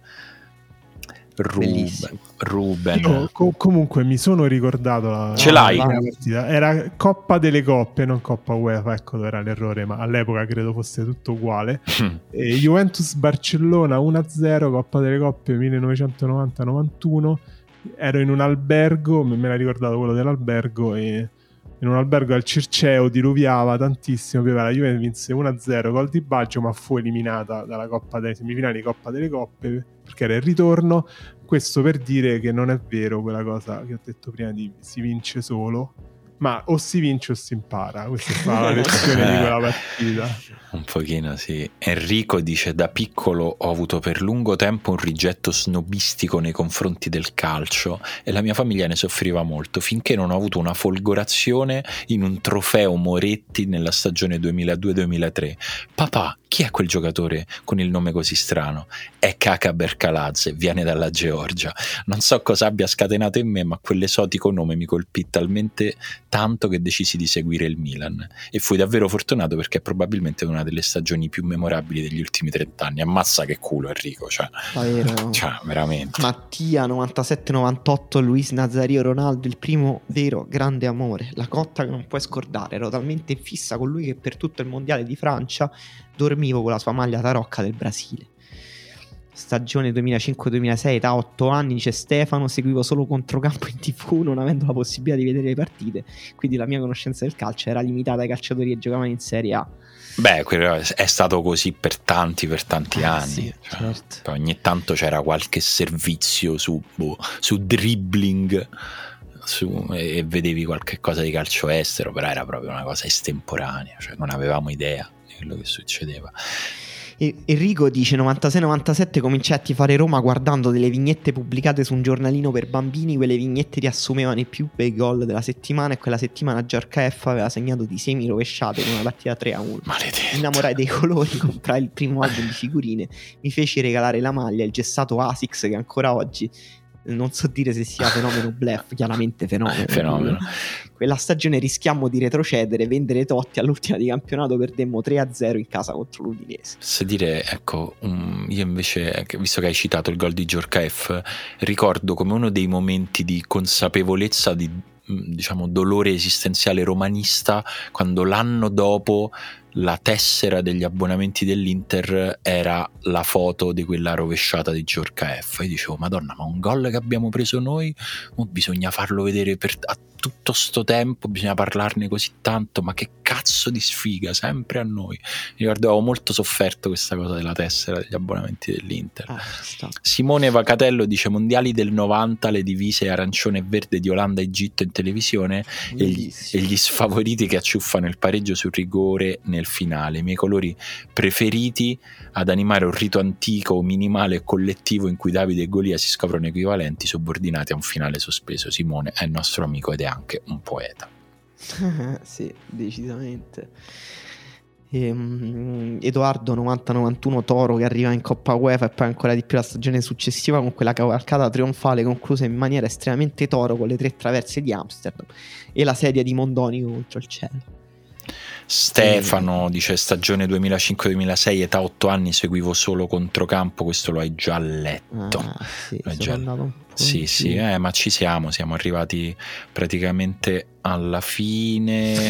Ruben, Ruben.
Io, co- comunque mi sono ricordato la,
ce l'hai?
La partita. Era Coppa delle Coppe, non Coppa UEFA, ecco dove era l'errore, ma all'epoca credo fosse tutto uguale. e Juventus Barcellona uno a zero, Coppa delle Coppe millenovecentonovanta novantuno. Ero in un albergo, me l'ha ricordato quello dell'albergo, e in un albergo al Circeo diluviava tantissimo, la Juve vinse uno a zero, gol di Baggio, ma fu eliminata dalla Coppa delle semifinali Coppa delle Coppe perché era il ritorno. Questo per dire che non è vero quella cosa che ho detto prima di si vince solo, ma o si vince o si impara. Questa è stata la lezione di quella partita.
Un pochino sì. Enrico dice: da piccolo ho avuto per lungo tempo un rigetto snobistico nei confronti del calcio e la mia famiglia ne soffriva molto, finché non ho avuto una folgorazione in un trofeo Moretti nella stagione duemiladue duemilatré. Papà, chi è quel giocatore con il nome così strano? È Kaka Berkaladze, viene dalla Georgia. Non so cosa abbia scatenato in me, ma quell'esotico nome mi colpì talmente tanto che decisi di seguire il Milan e fui davvero fortunato perché è probabilmente una delle stagioni più memorabili degli ultimi trent'anni. Ammazza che culo Enrico, cioè, cioè veramente.
Mattia novantasette novantotto, Luis Nazario Ronaldo, il primo vero grande amore, la cotta che non puoi scordare. Ero talmente in fissa con lui che per tutto il mondiale di Francia dormivo con la sua maglia tarocca del Brasile. Stagione duemilacinque duemilasei, età otto anni, dice Stefano, seguivo solo controcampo in tivù non avendo la possibilità di vedere le partite, quindi la mia conoscenza del calcio era limitata ai calciatori che giocavano in Serie A.
Beh, è stato così per tanti, per tanti
ah,
anni.
Sì,
cioè,
certo.
Ogni tanto c'era qualche servizio su, boh, su dribbling su, e vedevi qualche cosa di calcio estero, però era proprio una cosa estemporanea, cioè non avevamo idea di quello che succedeva.
Enrico dice novantasei novantasette, cominciai a tifare Roma guardando delle vignette pubblicate su un giornalino per bambini. Quelle vignette riassumevano i più bei gol della settimana e quella settimana Giorca F aveva segnato di semi rovesciate con una partita tre a uno.
Maledetto.
Mi innamorai dei colori, comprai il primo album di figurine, mi feci regalare la maglia, il gessato Asics che ancora oggi non so dire se sia fenomeno o bluff, chiaramente fenomeno.
fenomeno.
Quella stagione rischiammo di retrocedere, vendere Totti, all'ultima di campionato perdemmo tre a zero in casa contro l'Udinese.
Se dire, ecco, um, io invece, visto che hai citato il gol di Giorca F, ricordo come uno dei momenti di consapevolezza di diciamo dolore esistenziale romanista quando l'anno dopo la tessera degli abbonamenti dell'Inter era la foto di quella rovesciata di Giorca F. Io dicevo, madonna, ma un gol che abbiamo preso noi, oh, bisogna farlo vedere per a tutto sto tempo, bisogna parlarne così tanto, ma che cazzo di sfiga, sempre a noi. Mi ricordo, avevo molto sofferto questa cosa della tessera degli abbonamenti dell'Inter.
Ah,
Simone Vacatello dice, mondiali del novanta, le divise arancione e verde di Olanda e Egitto in televisione e gli, e gli sfavoriti che acciuffano il pareggio sul rigore nel finale, i miei colori preferiti ad animare un rito antico, minimale e collettivo in cui Davide e Golia si scoprono equivalenti, subordinati a un finale sospeso. Simone è il nostro amico ed è anche un poeta.
Sì, decisamente. Ehm, Edoardo novanta novantuno Toro che arriva in Coppa UEFA e poi ancora di più la stagione successiva con quella cavalcata trionfale conclusa in maniera estremamente Toro con le tre traverse di Amsterdam e la sedia di Mondonico contro il cielo.
Stefano dice, stagione duemilacinque duemilasei, età otto anni, seguivo solo controcampo. Questo lo hai già letto.
Ah, sì,
L'hai
sono
già...
andato un po'
sì sì eh, ma ci siamo siamo arrivati praticamente alla fine.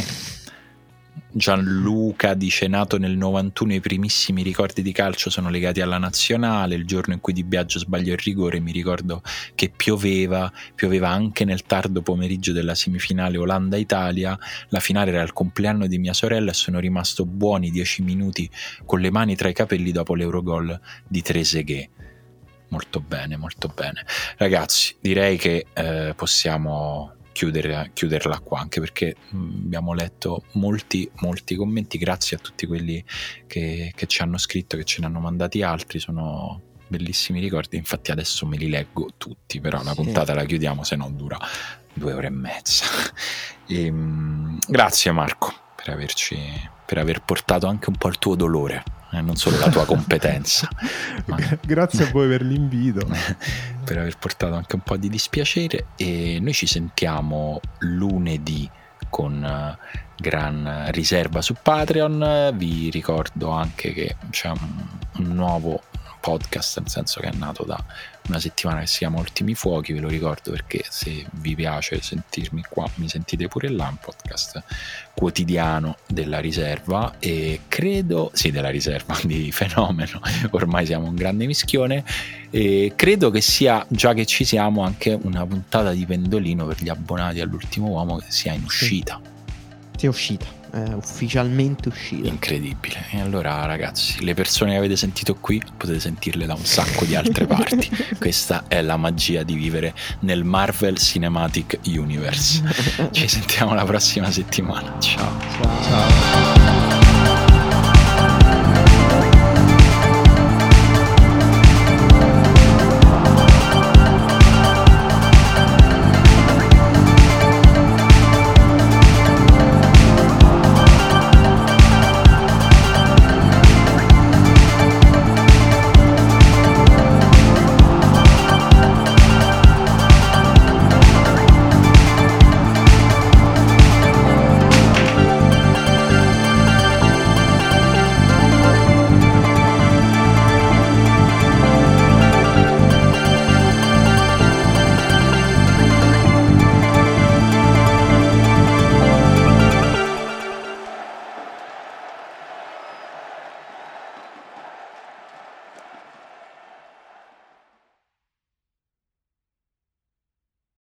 Gianluca dice, nato nel novantuno, i primissimi ricordi di calcio sono legati alla nazionale. Il giorno in cui Di Biagio sbagliò il rigore mi ricordo che pioveva pioveva anche nel tardo pomeriggio della semifinale Olanda-Italia. La finale era il compleanno di mia sorella e sono rimasto buoni dieci minuti con le mani tra i capelli dopo l'Eurogol di Trezeguet. Molto bene, molto bene ragazzi, direi che eh, possiamo Chiudere, chiuderla qua, anche perché mh, abbiamo letto molti molti commenti. Grazie a tutti quelli che, che ci hanno scritto, che ce ne hanno mandati altri, sono bellissimi ricordi. Infatti adesso me li leggo tutti, però la puntata la chiudiamo, se no dura due ore e mezza. E, mh, grazie Marco per averci per aver portato anche un po' il tuo dolore, eh, non solo la tua competenza. Ma...
grazie a voi per l'invito.
per aver portato anche un po' di dispiacere. E noi ci sentiamo lunedì con uh, gran riserva su Patreon. Vi ricordo anche che c'è un, un nuovo podcast, nel senso che è nato da una settimana, che si chiama Ultimi Fuochi. Ve lo ricordo perché se vi piace sentirmi qua mi sentite pure là, un podcast quotidiano della riserva, e credo sì della riserva di Fenomeno, ormai siamo un grande mischione, e credo che sia, già che ci siamo, anche una puntata di Pendolino per gli abbonati all'Ultimo Uomo che sia in uscita.
Sì, è uscita, è ufficialmente uscita.
Incredibile. E allora ragazzi, le persone che avete sentito qui potete sentirle da un sacco di altre parti. Questa è la magia di vivere nel Marvel Cinematic Universe. Ci sentiamo la prossima settimana. Ciao.
Ciao. Ciao.